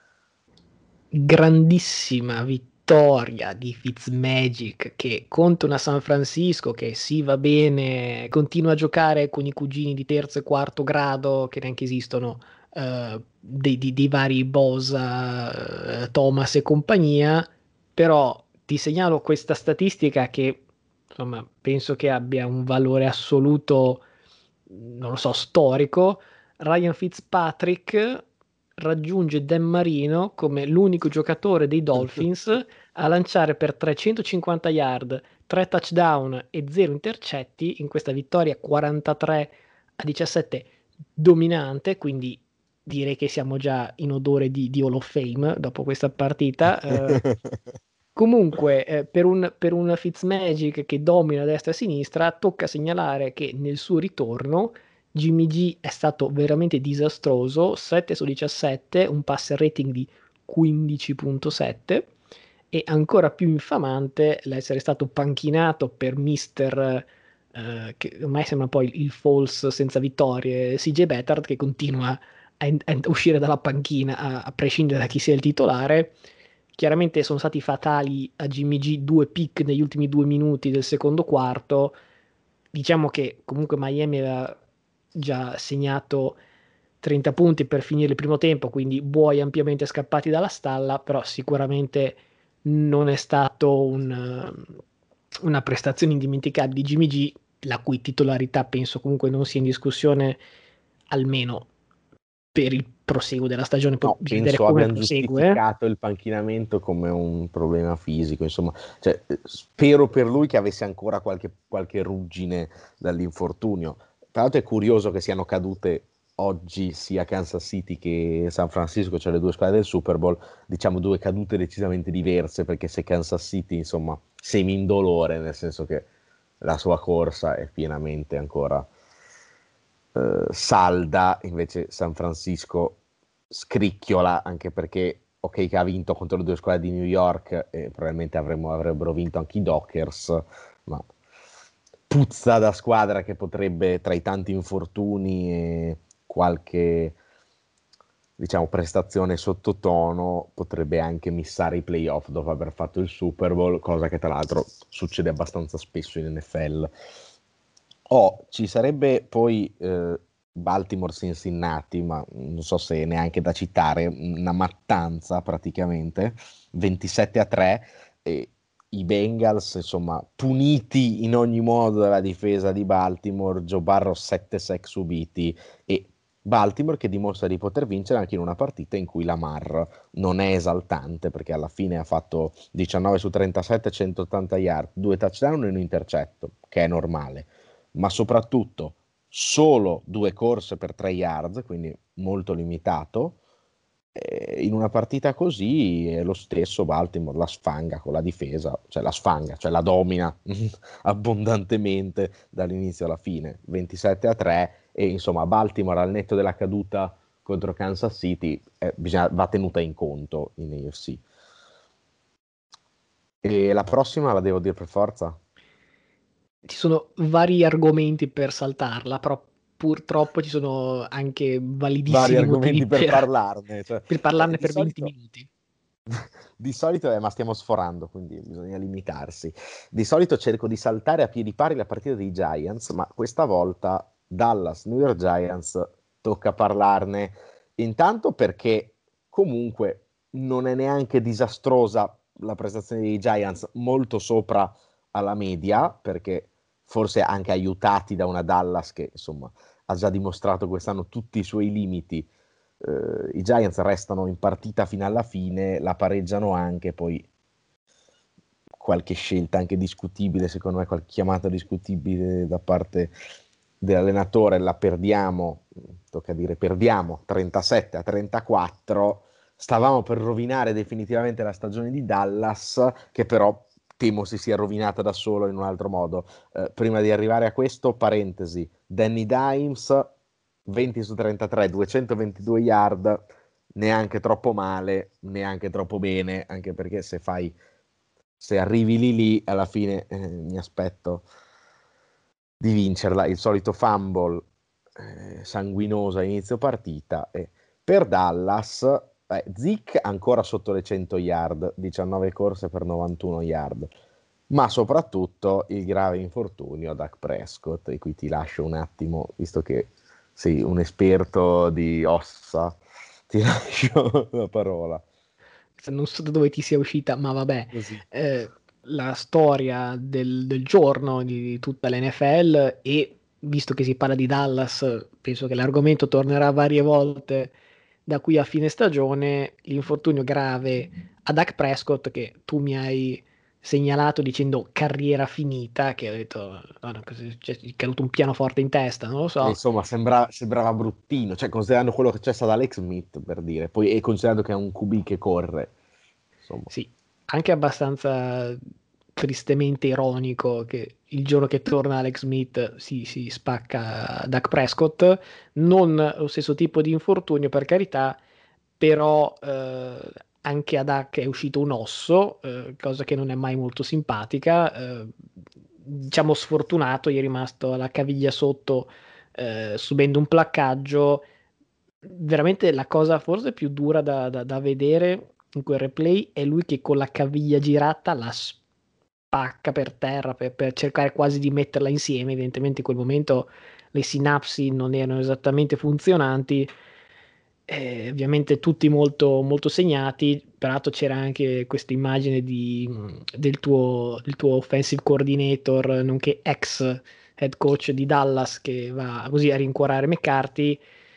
S1: Grandissima vittoria di Fitzmagic che contro una San Francisco che sì va bene, continua a giocare con i cugini di terzo e quarto grado che neanche esistono, dei vari Bosa, Thomas e compagnia, però ti segnalo questa statistica che insomma penso che abbia un valore assoluto, non lo so, storico. Ryan Fitzpatrick raggiunge Dan Marino come l'unico giocatore dei Dolphins a lanciare per 350 yard, 3 touchdown e 0 intercetti in questa vittoria 43-17 dominante, quindi direi che siamo già in odore di Hall of Fame dopo questa partita. Comunque, per un Fitzmagic che domina a destra e a sinistra, tocca segnalare che nel suo ritorno Jimmy G è stato veramente disastroso, 7 su 17, un passer rating di 15.7 e ancora più infamante l'essere stato panchinato per mister, che ormai sembra poi il false senza vittorie, CJ Beathard che continua a uscire dalla panchina a prescindere da chi sia il titolare. Chiaramente sono stati fatali a Jimmy G due pick negli ultimi 2 minuti del secondo quarto. Diciamo che comunque Miami aveva già segnato 30 punti per finire il primo tempo, quindi buoi ampiamente scappati dalla stalla, però sicuramente non è stato una prestazione indimenticabile di Jimmy G, la cui titolarità penso comunque non sia in discussione almeno per il proseguo della stagione. Poi
S2: No,
S1: bisogna vedere
S2: penso
S1: come
S2: abbiano
S1: prosegue.
S2: giustificato il panchinamento come un problema fisico, insomma, cioè, spero per lui che avesse ancora qualche ruggine dall'infortunio. Tra l'altro è curioso che siano cadute oggi sia Kansas City che San Francisco, cioè le due squadre del Super Bowl, diciamo due cadute decisamente diverse, perché se Kansas City, insomma, semi indolore, nel senso che la sua corsa è pienamente ancora salda, invece San Francisco scricchiola, anche perché ok che ha vinto contro le due squadre di New York e probabilmente avrebbero vinto anche i Dockers, ma puzza da squadra che potrebbe, tra i tanti infortuni e qualche diciamo prestazione sottotono, potrebbe anche missare i playoff dopo aver fatto il Super Bowl, cosa che tra l'altro succede abbastanza spesso in NFL. Ci sarebbe poi Baltimore-Cincinnati, ma non so se neanche da citare, una mattanza praticamente, 27-3, e i Bengals, insomma, puniti in ogni modo dalla difesa di Baltimore, Joe Burrow 7 sack subiti e Baltimore che dimostra di poter vincere anche in una partita in cui Lamar non è esaltante perché alla fine ha fatto 19 su 37, 180 yard, 2 touchdown e un intercetto, che è normale, ma soprattutto solo 2 corse per 3 yards, quindi molto limitato. In una partita così è lo stesso Baltimore la sfanga con la difesa, cioè la sfanga, cioè la domina abbondantemente dall'inizio alla fine, 27-3 e insomma Baltimore al netto della caduta contro Kansas City va tenuta in conto in AFC. E la prossima la devo dire per forza?
S1: ci sono vari argomenti per saltarla, però purtroppo ci sono anche
S2: vari
S1: validissimi motivi
S2: argomenti per parlarne. Cioè,
S1: per parlarne
S2: di
S1: per 20
S2: solito,
S1: minuti.
S2: di solito, ma stiamo sforando, quindi bisogna limitarsi. Di solito cerco di saltare a piedi pari la partita dei Giants, ma questa volta Dallas, New York Giants, tocca parlarne. Intanto perché comunque non è neanche disastrosa la prestazione dei Giants, molto sopra alla media, perché forse anche aiutati da una Dallas che insomma ha già dimostrato quest'anno tutti i suoi limiti. I Giants restano in partita fino alla fine, la pareggiano anche, poi qualche scelta anche discutibile, secondo me qualche chiamata discutibile da parte dell'allenatore la perdiamo, tocca dire perdiamo 37-34, stavamo per rovinare definitivamente la stagione di Dallas, che però temo si sia rovinata da solo in un altro modo. Prima di arrivare a questo, parentesi, Danny Dimes 20 su 33, 222 yard, neanche troppo male, neanche troppo bene, anche perché se arrivi lì lì, alla fine mi aspetto di vincerla. Il solito fumble sanguinoso a inizio partita. E per Dallas, Zeke ancora sotto le 100 yard, 19 corse per 91 yard. Ma soprattutto il grave infortunio a Dak Prescott, e qui ti lascio un attimo, visto che sei un esperto di ossa, ti lascio la parola.
S1: Non so da dove ti sia uscita, ma vabbè,
S2: Così.
S1: la storia del giorno di tutta l'NFL e visto che si parla di Dallas, penso che l'argomento tornerà varie volte da qui a fine stagione, l'infortunio grave a Dak Prescott che tu mi hai segnalato dicendo carriera finita, che ho detto, "Guarda, cioè, gli è caduto un pianoforte in testa, non lo so."
S2: Insomma, sembrava bruttino, cioè considerando quello che c'è stato Alex Smith, per dire, poi e considerando che è un QB che corre, insomma.
S1: Sì, anche abbastanza tristemente ironico che il giorno che torna Alex Smith si spacca Dak Prescott, non lo stesso tipo di infortunio per carità, però anche a Dak è uscito un osso, cosa che non è mai molto simpatica, diciamo sfortunato, gli è rimasto la caviglia sotto subendo un placcaggio. Veramente la cosa forse più dura da vedere in quel replay è lui che con la caviglia girata la spacca per terra per cercare quasi di metterla insieme. Evidentemente in quel momento le sinapsi non erano esattamente funzionanti. Ovviamente tutti molto, molto segnati. Peraltro c'era anche questa immagine del tuo offensive coordinator, nonché ex head coach di Dallas, che va così a rincuorare McCarthy.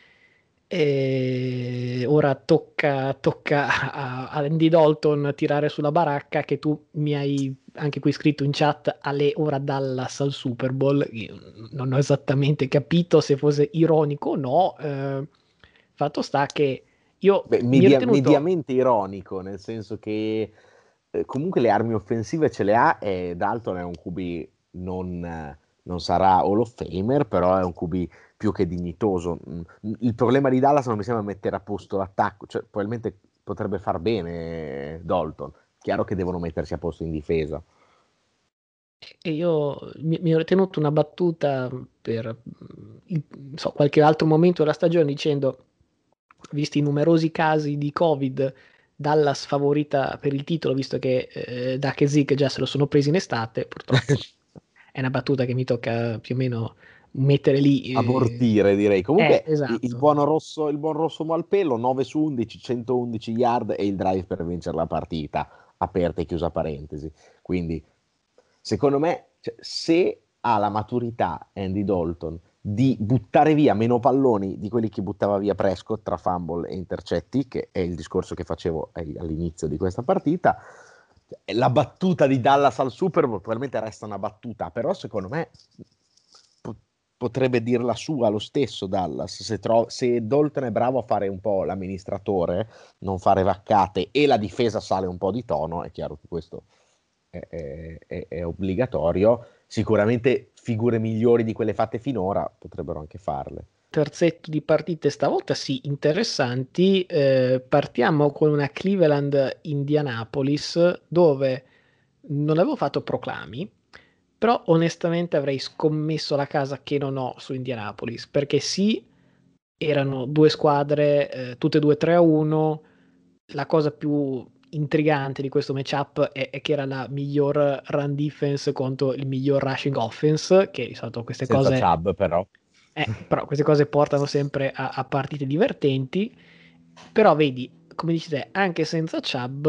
S1: E ora tocca a Andy Dalton tirare sulla baracca che tu mi hai anche qui scritto in chat alle ora Dallas al Super Bowl. Io non ho esattamente capito se fosse ironico o no. Fatto sta che io
S2: Beh,
S1: mi ero tenuto.
S2: mediamente ironico, nel senso che comunque le armi offensive ce le ha e Dalton è un QB non sarà Hall of Famer, però è un QB più che dignitoso. Il problema di Dallas non mi sembra mettere a posto l'attacco, cioè probabilmente potrebbe far bene Dalton. Chiaro che devono mettersi a posto in difesa.
S1: E io mi ero tenuto una battuta per non so, qualche altro momento della stagione dicendo, visti i numerosi casi di Covid, Dallas favorita per il titolo, visto che Dak e Zeke già se lo sono presi in estate, purtroppo è una battuta che mi tocca più o meno mettere lì.
S2: Abortire, direi. Comunque
S1: Esatto.
S2: il buon rosso Malpelo, 9 su 11, 111 yard e il drive per vincere la partita, aperta e chiusa parentesi. Quindi, secondo me, cioè, se ha la maturità Andy Dalton di buttare via meno palloni di quelli che buttava via Prescott tra fumble e intercetti, che è il discorso che facevo all'inizio di questa partita, la battuta di Dallas al Super Bowl probabilmente resta una battuta, però secondo me po- potrebbe dirla sua lo stesso Dallas, se Dalton è bravo a fare un po' l'amministratore, non fare vaccate e la difesa sale un po' di tono, è chiaro che questo è obbligatorio, sicuramente figure migliori di quelle fatte finora potrebbero anche farle.
S1: Terzetto di partite stavolta sì, interessanti. Partiamo con una Cleveland-Indianapolis dove non avevo fatto proclami, Però onestamente avrei scommesso la casa che non ho su Indianapolis, perché sì, erano due squadre, tutte e due 3-1. La cosa più intrigante di questo matchup è che era la miglior run defense contro il miglior rushing offense, che di solito queste
S2: Senza
S1: cose,
S2: Chubb, però.
S1: però queste cose portano sempre a partite divertenti. Però vedi, come dici te, anche senza Chubb,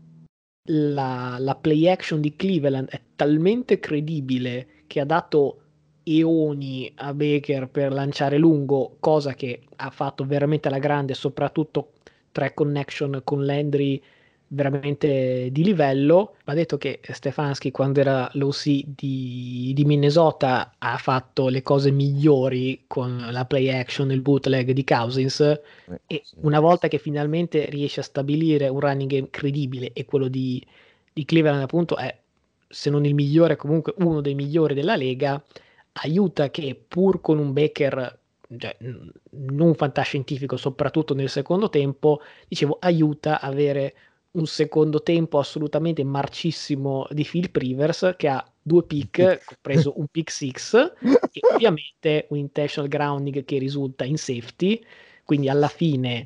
S1: la play action di Cleveland è talmente credibile che ha dato eoni a Baker per lanciare lungo, cosa che ha fatto veramente alla grande, soprattutto tre connection con Landry veramente di livello. Va detto che Stefanski, quando era l'OC di Minnesota, ha fatto le cose migliori con la play action, il bootleg di Cousins. E
S2: Sì.
S1: una volta che finalmente riesce a stabilire un running game credibile, e quello di Cleveland appunto è, se non il migliore, comunque uno dei migliori della Lega, aiuta che pur con un Baker, cioè, non fantascientifico, soprattutto nel secondo tempo, dicevo, aiuta a avere un secondo tempo assolutamente marcissimo di Philip Rivers, che ha due pick, compreso un pick six, e ovviamente un intentional grounding che risulta in safety. Quindi alla fine,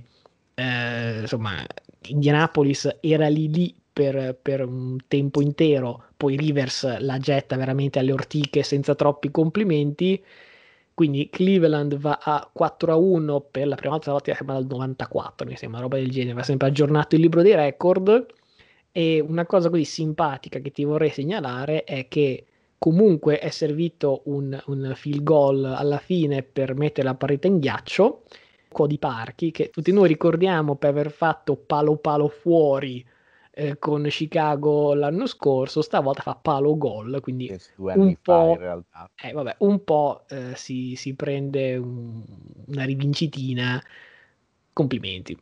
S1: insomma, Indianapolis era lì lì per un tempo intero, poi Rivers la getta veramente alle ortiche senza troppi complimenti. Quindi Cleveland va a 4-1 per la prima volta dal 94, mi sembra, una roba del genere, va sempre aggiornato il libro dei record. E una cosa così simpatica che ti vorrei segnalare è che comunque è servito un field goal alla fine per mettere la partita in ghiaccio. Cody Parchi, che tutti noi ricordiamo per aver fatto palo palo fuori con Chicago l'anno scorso, stavolta fa palo gol, quindi
S2: Penso 2 anni
S1: un
S2: fa, in
S1: po',
S2: realtà.
S1: vabbè, un po' si prende una rivincitina. Complimenti.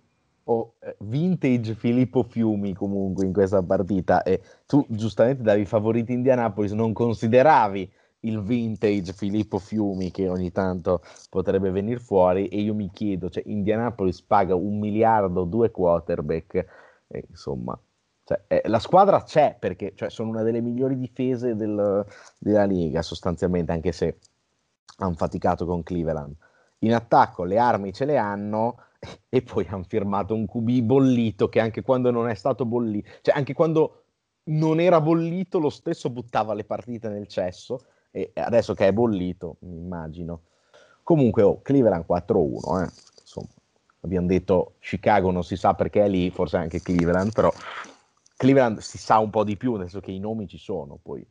S2: Vintage Filippo Fiumi comunque in questa partita, e tu giustamente davi i favoriti Indianapolis, non consideravi il vintage Filippo Fiumi che ogni tanto potrebbe venire fuori, e io mi chiedo, cioè Indianapolis paga 1 miliardo, due quarterback, e insomma, cioè, la squadra c'è perché, cioè, sono una delle migliori difese della Lega sostanzialmente, anche se hanno faticato con Cleveland. In attacco le armi ce le hanno, e poi hanno firmato un QB bollito che anche quando non è stato bollito, cioè anche quando non era bollito lo stesso buttava le partite nel cesso, e adesso che è bollito, mi immagino. Comunque, Cleveland 4-1, insomma, abbiamo detto Chicago non si sa perché è lì, forse anche Cleveland, però Cleveland si sa un po' di più, nel senso che i nomi ci sono, poi.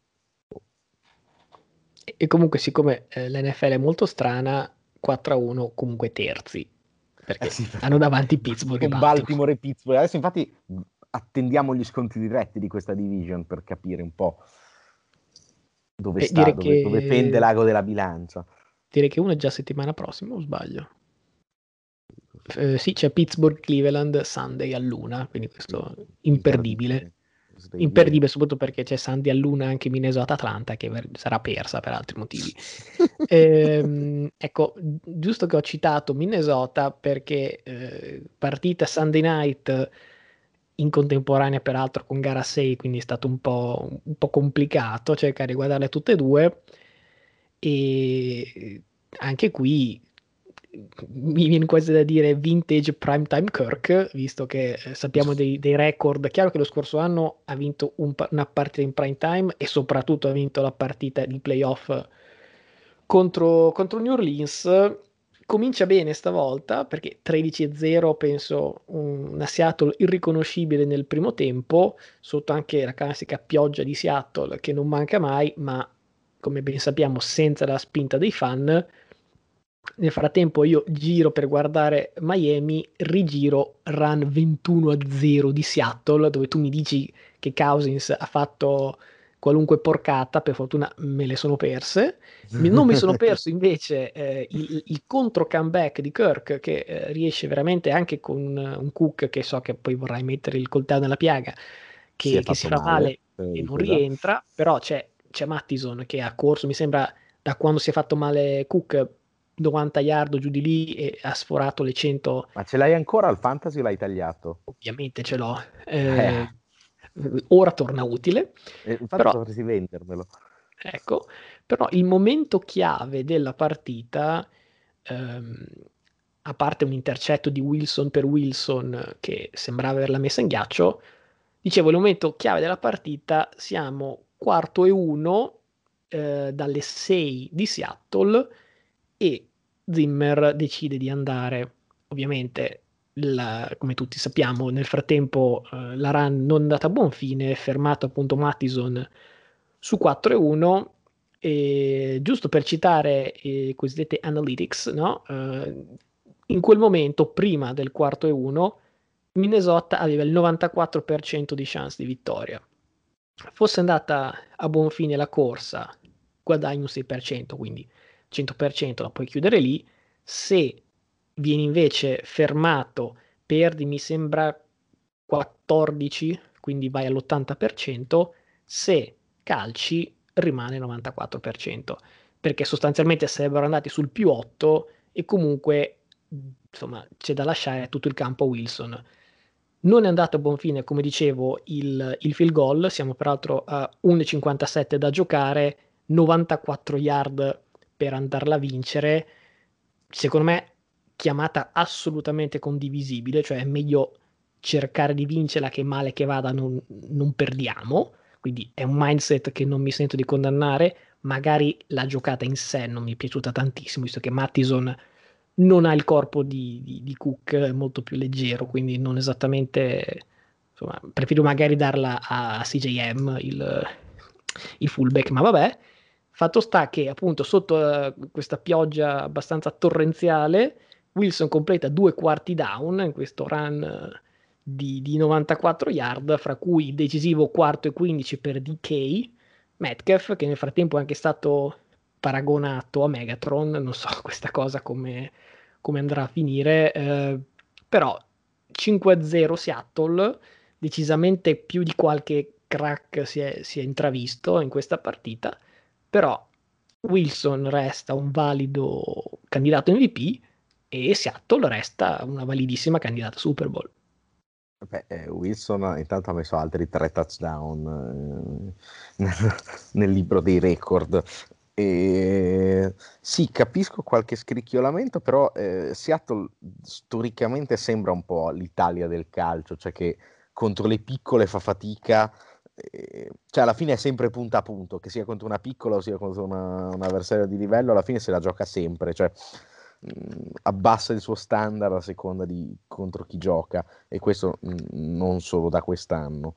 S1: E comunque, siccome l'NFL è molto strana, 4-1 comunque terzi, perché
S2: Sì,
S1: hanno davanti Pittsburgh e
S2: con
S1: Baltimore.
S2: Baltimore e Pittsburgh. Adesso infatti attendiamo gli scontri diretti di questa division per capire un po' dove
S1: E
S2: sta, dove pende l'ago della bilancia.
S1: direi che uno è già settimana prossima, o sbaglio? Sì, c'è Pittsburgh-Cleveland Sunday all'una, quindi questo imperdibile.
S2: Imperdibile. Oso di dire.
S1: Imperdibile soprattutto perché c'è Sunday all'una anche Minnesota-Atlanta, che sarà persa per altri motivi. Ecco, giusto che ho citato Minnesota perché partita Sunday night in contemporanea peraltro con gara 6, quindi è stato un po' complicato cercare di guardarle tutte e due. E anche qui mi viene quasi da dire vintage primetime Kirk, visto che sappiamo dei record. Chiaro che lo scorso anno ha vinto una partita in prime time e soprattutto ha vinto la partita di playoff contro New Orleans. Comincia bene stavolta perché 13-0, penso una Seattle irriconoscibile nel primo tempo, sotto anche la classica pioggia di Seattle che non manca mai, ma come ben sappiamo senza la spinta dei fan. Nel frattempo io giro per guardare Miami, rigiro run 21-0 di Seattle, dove tu mi dici che Cousins ha fatto qualunque porcata, per fortuna me le sono perse. Non mi sono perso invece il contro comeback di Kirk, che riesce veramente anche con un Cook che so che poi vorrai mettere il coltello nella piaga,
S2: Si è
S1: che si
S2: fatto
S1: fa
S2: male
S1: male
S2: per
S1: e non
S2: difesa.
S1: rientra, però c'è Mattison che ha corso, mi sembra, da quando si è fatto male Cook, 90 yard o giù di lì, e ha sforato le 100.
S2: Ma ce l'hai ancora al fantasy o l'hai tagliato?
S1: Ovviamente ce l'ho.
S2: Eh,
S1: Ora torna utile,
S2: infatti
S1: però
S2: dovresti vendermelo.
S1: ecco, però il momento chiave della partita, ehm, a parte un intercetto di Wilson per Wilson che sembrava averla messa in ghiaccio, dicevo, il momento chiave della partita, siamo quarto e uno dalle 6 di Seattle e Zimmer decide di andare. Ovviamente, come tutti sappiamo, nel frattempo la run non è andata a buon fine, fermato appunto Mattison su 4-1 e giusto per citare i cosiddetti analytics, no? In quel momento, prima del quarto e 1, Minnesota aveva il 94% di chance di vittoria. Fosse andata a buon fine la corsa, guadagni un 6%, quindi 100% la puoi chiudere lì. Se vieni invece fermato, perdi, mi sembra 14, quindi vai all'80%, se calci rimane 94%, perché sostanzialmente sarebbero andati sul più 8 e comunque insomma c'è da lasciare tutto il campo a Wilson. Non è andato a buon fine, come dicevo, il field goal, siamo peraltro a 1,57 da giocare, 94 yard per andarla a vincere, secondo me chiamata assolutamente condivisibile, cioè è meglio cercare di vincerla che male che vada non perdiamo, quindi è un mindset che non mi sento di condannare, magari la giocata in sé non mi è piaciuta tantissimo, visto che Mattison non ha il corpo di Cook, è molto più leggero, quindi non esattamente, insomma, prefiro magari darla a CJM, il fullback, ma vabbè. Fatto sta che appunto sotto questa pioggia abbastanza torrenziale, Wilson completa 2 quarti down in questo run di 94 yard, fra cui decisivo quarto e 15 per DK. Metcalf, che nel frattempo è anche stato paragonato a Megatron, non so questa cosa come andrà a finire, però 5-0 Seattle, decisamente più di qualche crack si è intravisto in questa partita, però Wilson resta un valido candidato MVP e Seattle resta una validissima candidata Super Bowl.
S2: Beh, Wilson intanto ha messo altri 3 touchdown nel libro dei record. Sì, capisco qualche scricchiolamento, però Seattle storicamente sembra un po' l'Italia del calcio, cioè che contro le piccole fa fatica, cioè alla fine è sempre punto a punto, che sia contro una piccola o sia contro un avversario di livello, alla fine se la gioca sempre, cioè abbassa il suo standard a seconda di contro chi gioca, e questo non solo da quest'anno.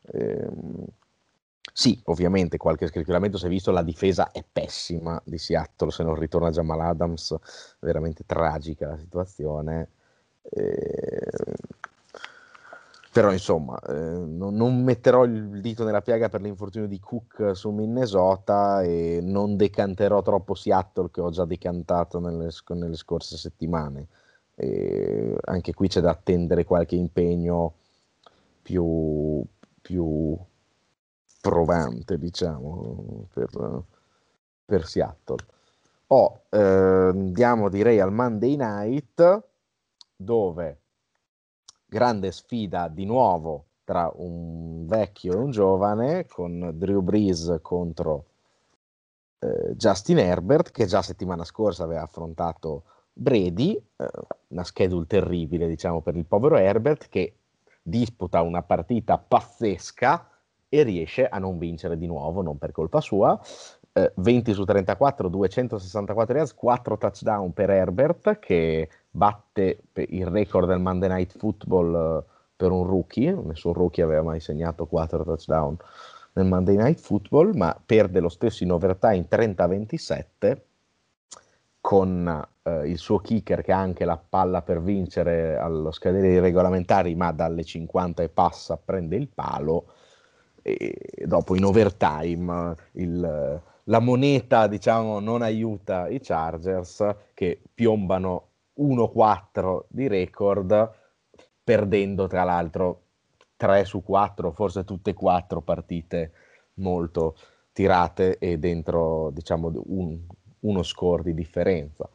S2: Sì, ovviamente qualche scricchiolamento si è visto, la difesa è pessima di Seattle, se non ritorna Jamal Adams, veramente tragica la situazione. Eh, Però insomma, non metterò il dito nella piaga per l'infortunio di Cook su Minnesota e non decanterò troppo Seattle, che ho già decantato nelle scorse settimane. Anche qui c'è da attendere qualche impegno più, più provante, diciamo, per Seattle. Andiamo direi al Monday Night, dove grande sfida di nuovo tra un vecchio e un giovane, con Drew Brees contro Justin Herbert, che già settimana scorsa aveva affrontato Brady, una schedule terribile, diciamo, per il povero Herbert, che disputa una partita pazzesca e riesce a non vincere di nuovo, non per colpa sua. 20 su 34, 264 yards, 4 touchdown per Herbert, che batte il record del Monday Night Football per un rookie. Nessun rookie aveva mai segnato 4 touchdown nel Monday Night Football, ma perde lo stesso in overtime 30-27 con il suo kicker che ha anche la palla per vincere allo scadere dei regolamentari, ma dalle 50 e passa prende il palo, e dopo in overtime la moneta, diciamo, non aiuta i Chargers, che piombano 1-4 di record, perdendo tra l'altro 3 su 4, forse tutte e 4 partite molto tirate e dentro, diciamo, uno score di differenza.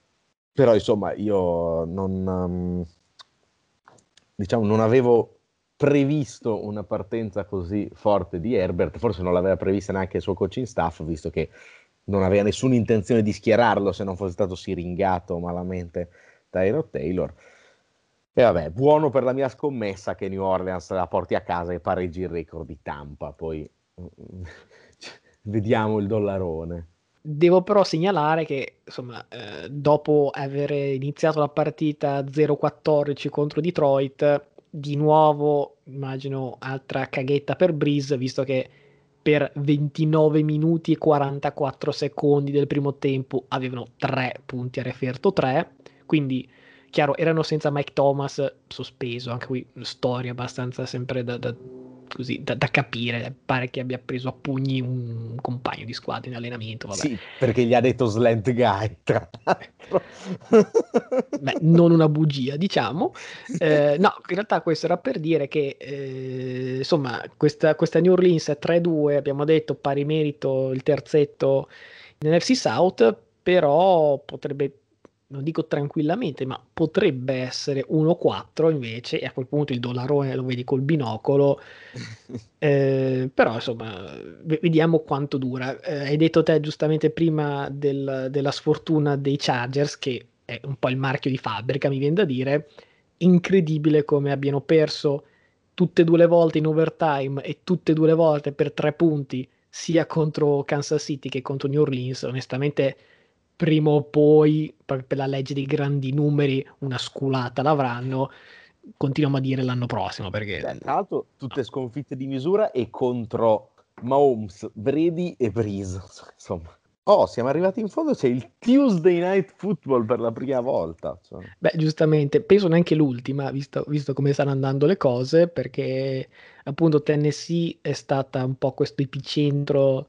S2: Però insomma io non, diciamo, non avevo previsto una partenza così forte di Herbert, forse non l'aveva prevista neanche il suo coaching staff, visto che non aveva nessuna intenzione di schierarlo se non fosse stato siringato malamente da Tyrod Taylor. E vabbè, buono per la mia scommessa che New Orleans la porti a casa e pareggi il record di Tampa, poi vediamo il dollarone.
S1: Devo però segnalare che, insomma, dopo aver iniziato la partita 0-14 contro Detroit, di nuovo, immagino, altra caghetta per Breeze, visto che per 29 minuti e 44 secondi del primo tempo avevano 3 punti a referto 3, quindi, chiaro, erano senza Mike Thomas, sospeso, anche qui storia abbastanza sempre da capire, pare che abbia preso a pugni un compagno di squadra in allenamento, vabbè.
S2: Sì, perché gli ha detto slant guy, tra l'altro.
S1: Beh, non una bugia, diciamo. No, in realtà questo era per dire che, insomma, questa New Orleans è 3-2, abbiamo detto, pari merito il terzetto in NFC South, però potrebbe, non dico tranquillamente, ma potrebbe essere 1-4 invece, e a quel punto il dollarone lo vedi col binocolo. Però insomma, vediamo quanto dura. Hai detto te giustamente prima della sfortuna dei Chargers, che è un po' il marchio di fabbrica, mi viene da dire. Incredibile come abbiano perso tutte e due le volte in overtime e tutte e due le volte per 3 punti, sia contro Kansas City che contro New Orleans. Onestamente, prima o poi, per la legge dei grandi numeri, una sculata l'avranno. Continuiamo a dire l'anno prossimo perché
S2: Tra l'altro, tutte sconfitte di misura e contro Mahomes, Brady e Breeze. Insomma. Oh, siamo arrivati in fondo, c'è il Tuesday Night Football per la prima volta. Cioè.
S1: beh, giustamente, penso neanche l'ultima, visto come stanno andando le cose, perché appunto Tennessee è stata un po' questo epicentro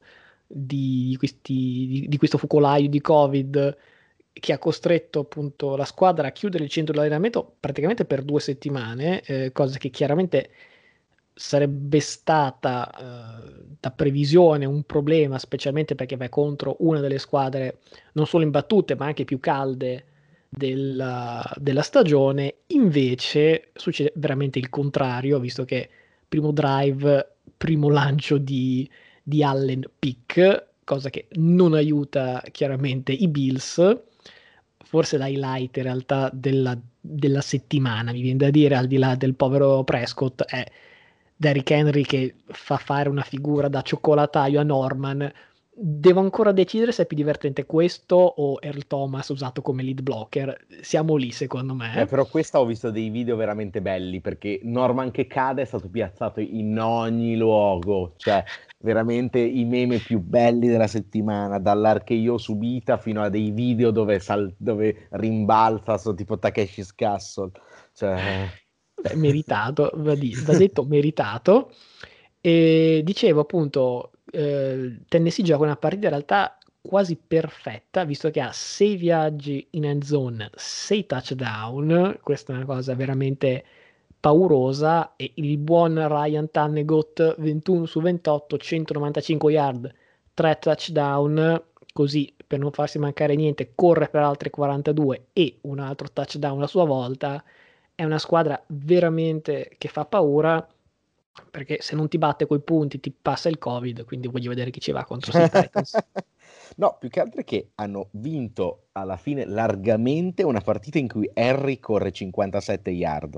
S1: di questo focolaio di Covid che ha costretto appunto la squadra a chiudere il centro di allenamento praticamente per 2 settimane, cosa che chiaramente sarebbe stata da previsione un problema, specialmente perché vai contro una delle squadre non solo imbattute, ma anche più calde della stagione. Invece succede veramente il contrario, visto che primo drive, primo lancio di Allen pick, cosa che non aiuta chiaramente i Bills. Forse l'highlight in realtà della settimana, mi viene da dire, al di là del povero Prescott, è Derrick Henry che fa fare una figura da cioccolataio a Norman. Devo ancora decidere se è più divertente questo o Earl Thomas usato come lead blocker. Siamo lì, secondo me.
S2: Però questa ho visto dei video veramente belli perché Norman che cade è stato piazzato in ogni luogo, cioè veramente i meme più belli della settimana, dall'archeio subita fino a dei video dove rimbalza tipo Takeshi's Castle. Cioè...
S1: Beh, meritato, va detto meritato. E dicevo appunto, Tennessee gioca una partita in realtà quasi perfetta, visto che ha 6 viaggi in end zone, 6 touchdown. Questa è una cosa veramente paurosa. E il buon Ryan Tannehill, 21 su 28, 195 yard, 3 touchdown. Così per non farsi mancare niente, corre per altre 42 e un altro touchdown a sua volta. È una squadra veramente che fa paura, perché se non ti batte quei punti ti passa il Covid, quindi voglio vedere chi ci va contro i Titans.
S2: No, più che altro è che hanno vinto alla fine largamente una partita in cui Harry corre 57 yard.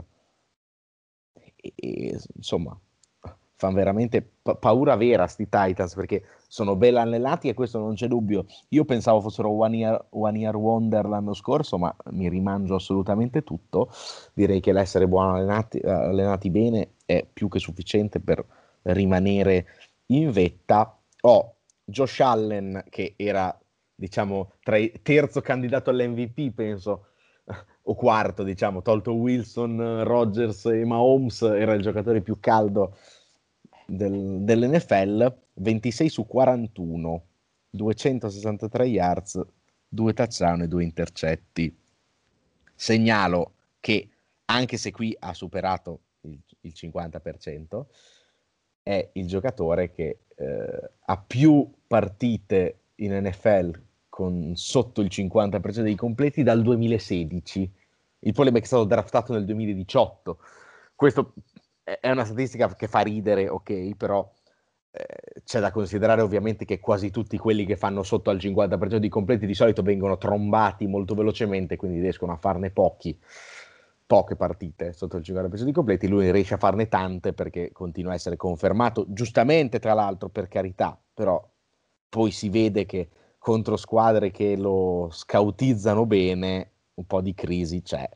S2: Insomma, fanno veramente paura vera sti Titans perché sono ben allenati e questo non c'è dubbio. Io pensavo fossero one year wonder l'anno scorso, ma mi rimangio assolutamente tutto. Direi che l'essere buoni allenati bene è più che sufficiente per rimanere in vetta. Josh Allen, che era, diciamo, terzo candidato all'MVP, penso, o quarto, diciamo, tolto Wilson, Rodgers e Mahomes, era il giocatore più caldo dell'NFL, 26 su 41, 263 yards, 2 touchdown e 2 intercetti. Segnalo che, anche se qui ha superato il 50%, è il giocatore che ha più partite in NFL con sotto il 50% dei completi dal 2016. Il problema è che è stato draftato nel 2018. Questo è una statistica che fa ridere, ok, però c'è da considerare ovviamente che quasi tutti quelli che fanno sotto al 50% di completi di solito vengono trombati molto velocemente, quindi riescono a farne poche partite sotto il 50% di completi. Lui riesce a farne tante perché continua a essere confermato, giustamente tra l'altro, per carità, però poi si vede che contro squadre che lo scautizzano bene un po' di crisi c'è.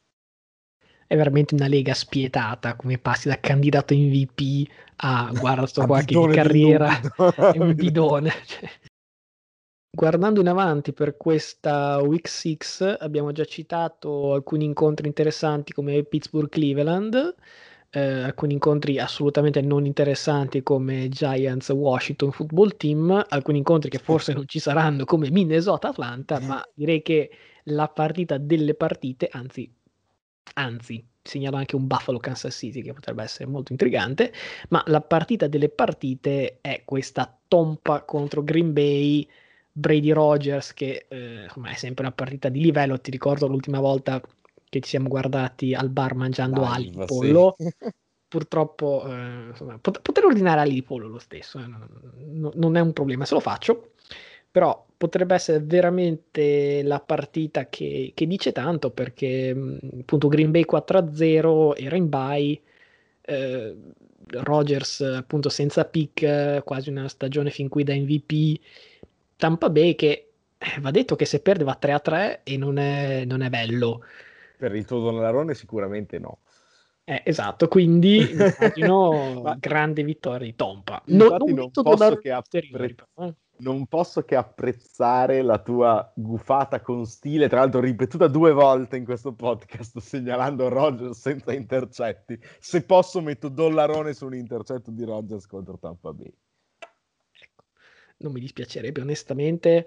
S1: È veramente una lega spietata, come passi da candidato MVP a guarda sto
S2: A
S1: qua che di
S2: bidone del
S1: carriera
S2: nubido.
S1: è un bidone. Cioè. Guardando in avanti per questa Week 6 abbiamo già citato alcuni incontri interessanti come Pittsburgh-Cleveland, alcuni incontri assolutamente non interessanti come Giants-Washington Football Team, alcuni incontri che forse non ci saranno come Minnesota-Atlanta, ma direi che la partita delle partite, anzi, segnalo anche un Buffalo-Kansas City che potrebbe essere molto intrigante, ma la partita delle partite è questa tompa contro Green Bay, Brady Rogers, che insomma, è sempre una partita di livello. Ti ricordo l'ultima volta che ci siamo guardati al bar mangiando ali di
S2: Live, sì.
S1: pollo. Purtroppo, insomma, poter ordinare ali di pollo lo stesso, non è un problema se lo faccio, però potrebbe essere veramente la partita che dice tanto perché appunto Green Bay 4-0 era in bye, eh, Rodgers appunto senza pick, quasi una stagione fin qui da MVP, Tampa Bay che va detto che se perde va 3-3 e non è bello.
S2: Per il tuo Donnarone sicuramente no.
S1: Esatto, quindi mi immagino
S2: Ma
S1: grande vittoria di Tompa.
S2: infatti
S1: Non metto Donnarumma posteriori, però.
S2: non posso che apprezzare la tua gufata con stile, tra l'altro ripetuta 2 volte in questo podcast, segnalando Rodgers senza intercetti. Se posso metto Dollarone su un intercetto di Rodgers contro Tampa Bay.
S1: Ecco, non mi dispiacerebbe onestamente,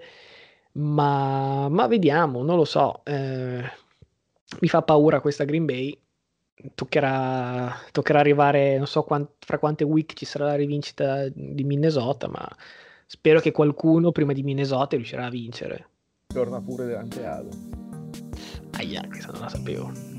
S1: ma vediamo, non lo so. Mi fa paura questa Green Bay. Toccherà arrivare, non so fra quante week ci sarà la rivincita di Minnesota, ma spero che qualcuno prima di Minnesota riuscirà a vincere.
S2: Torna pure Dante Adams.
S1: Aia, questa non la sapevo.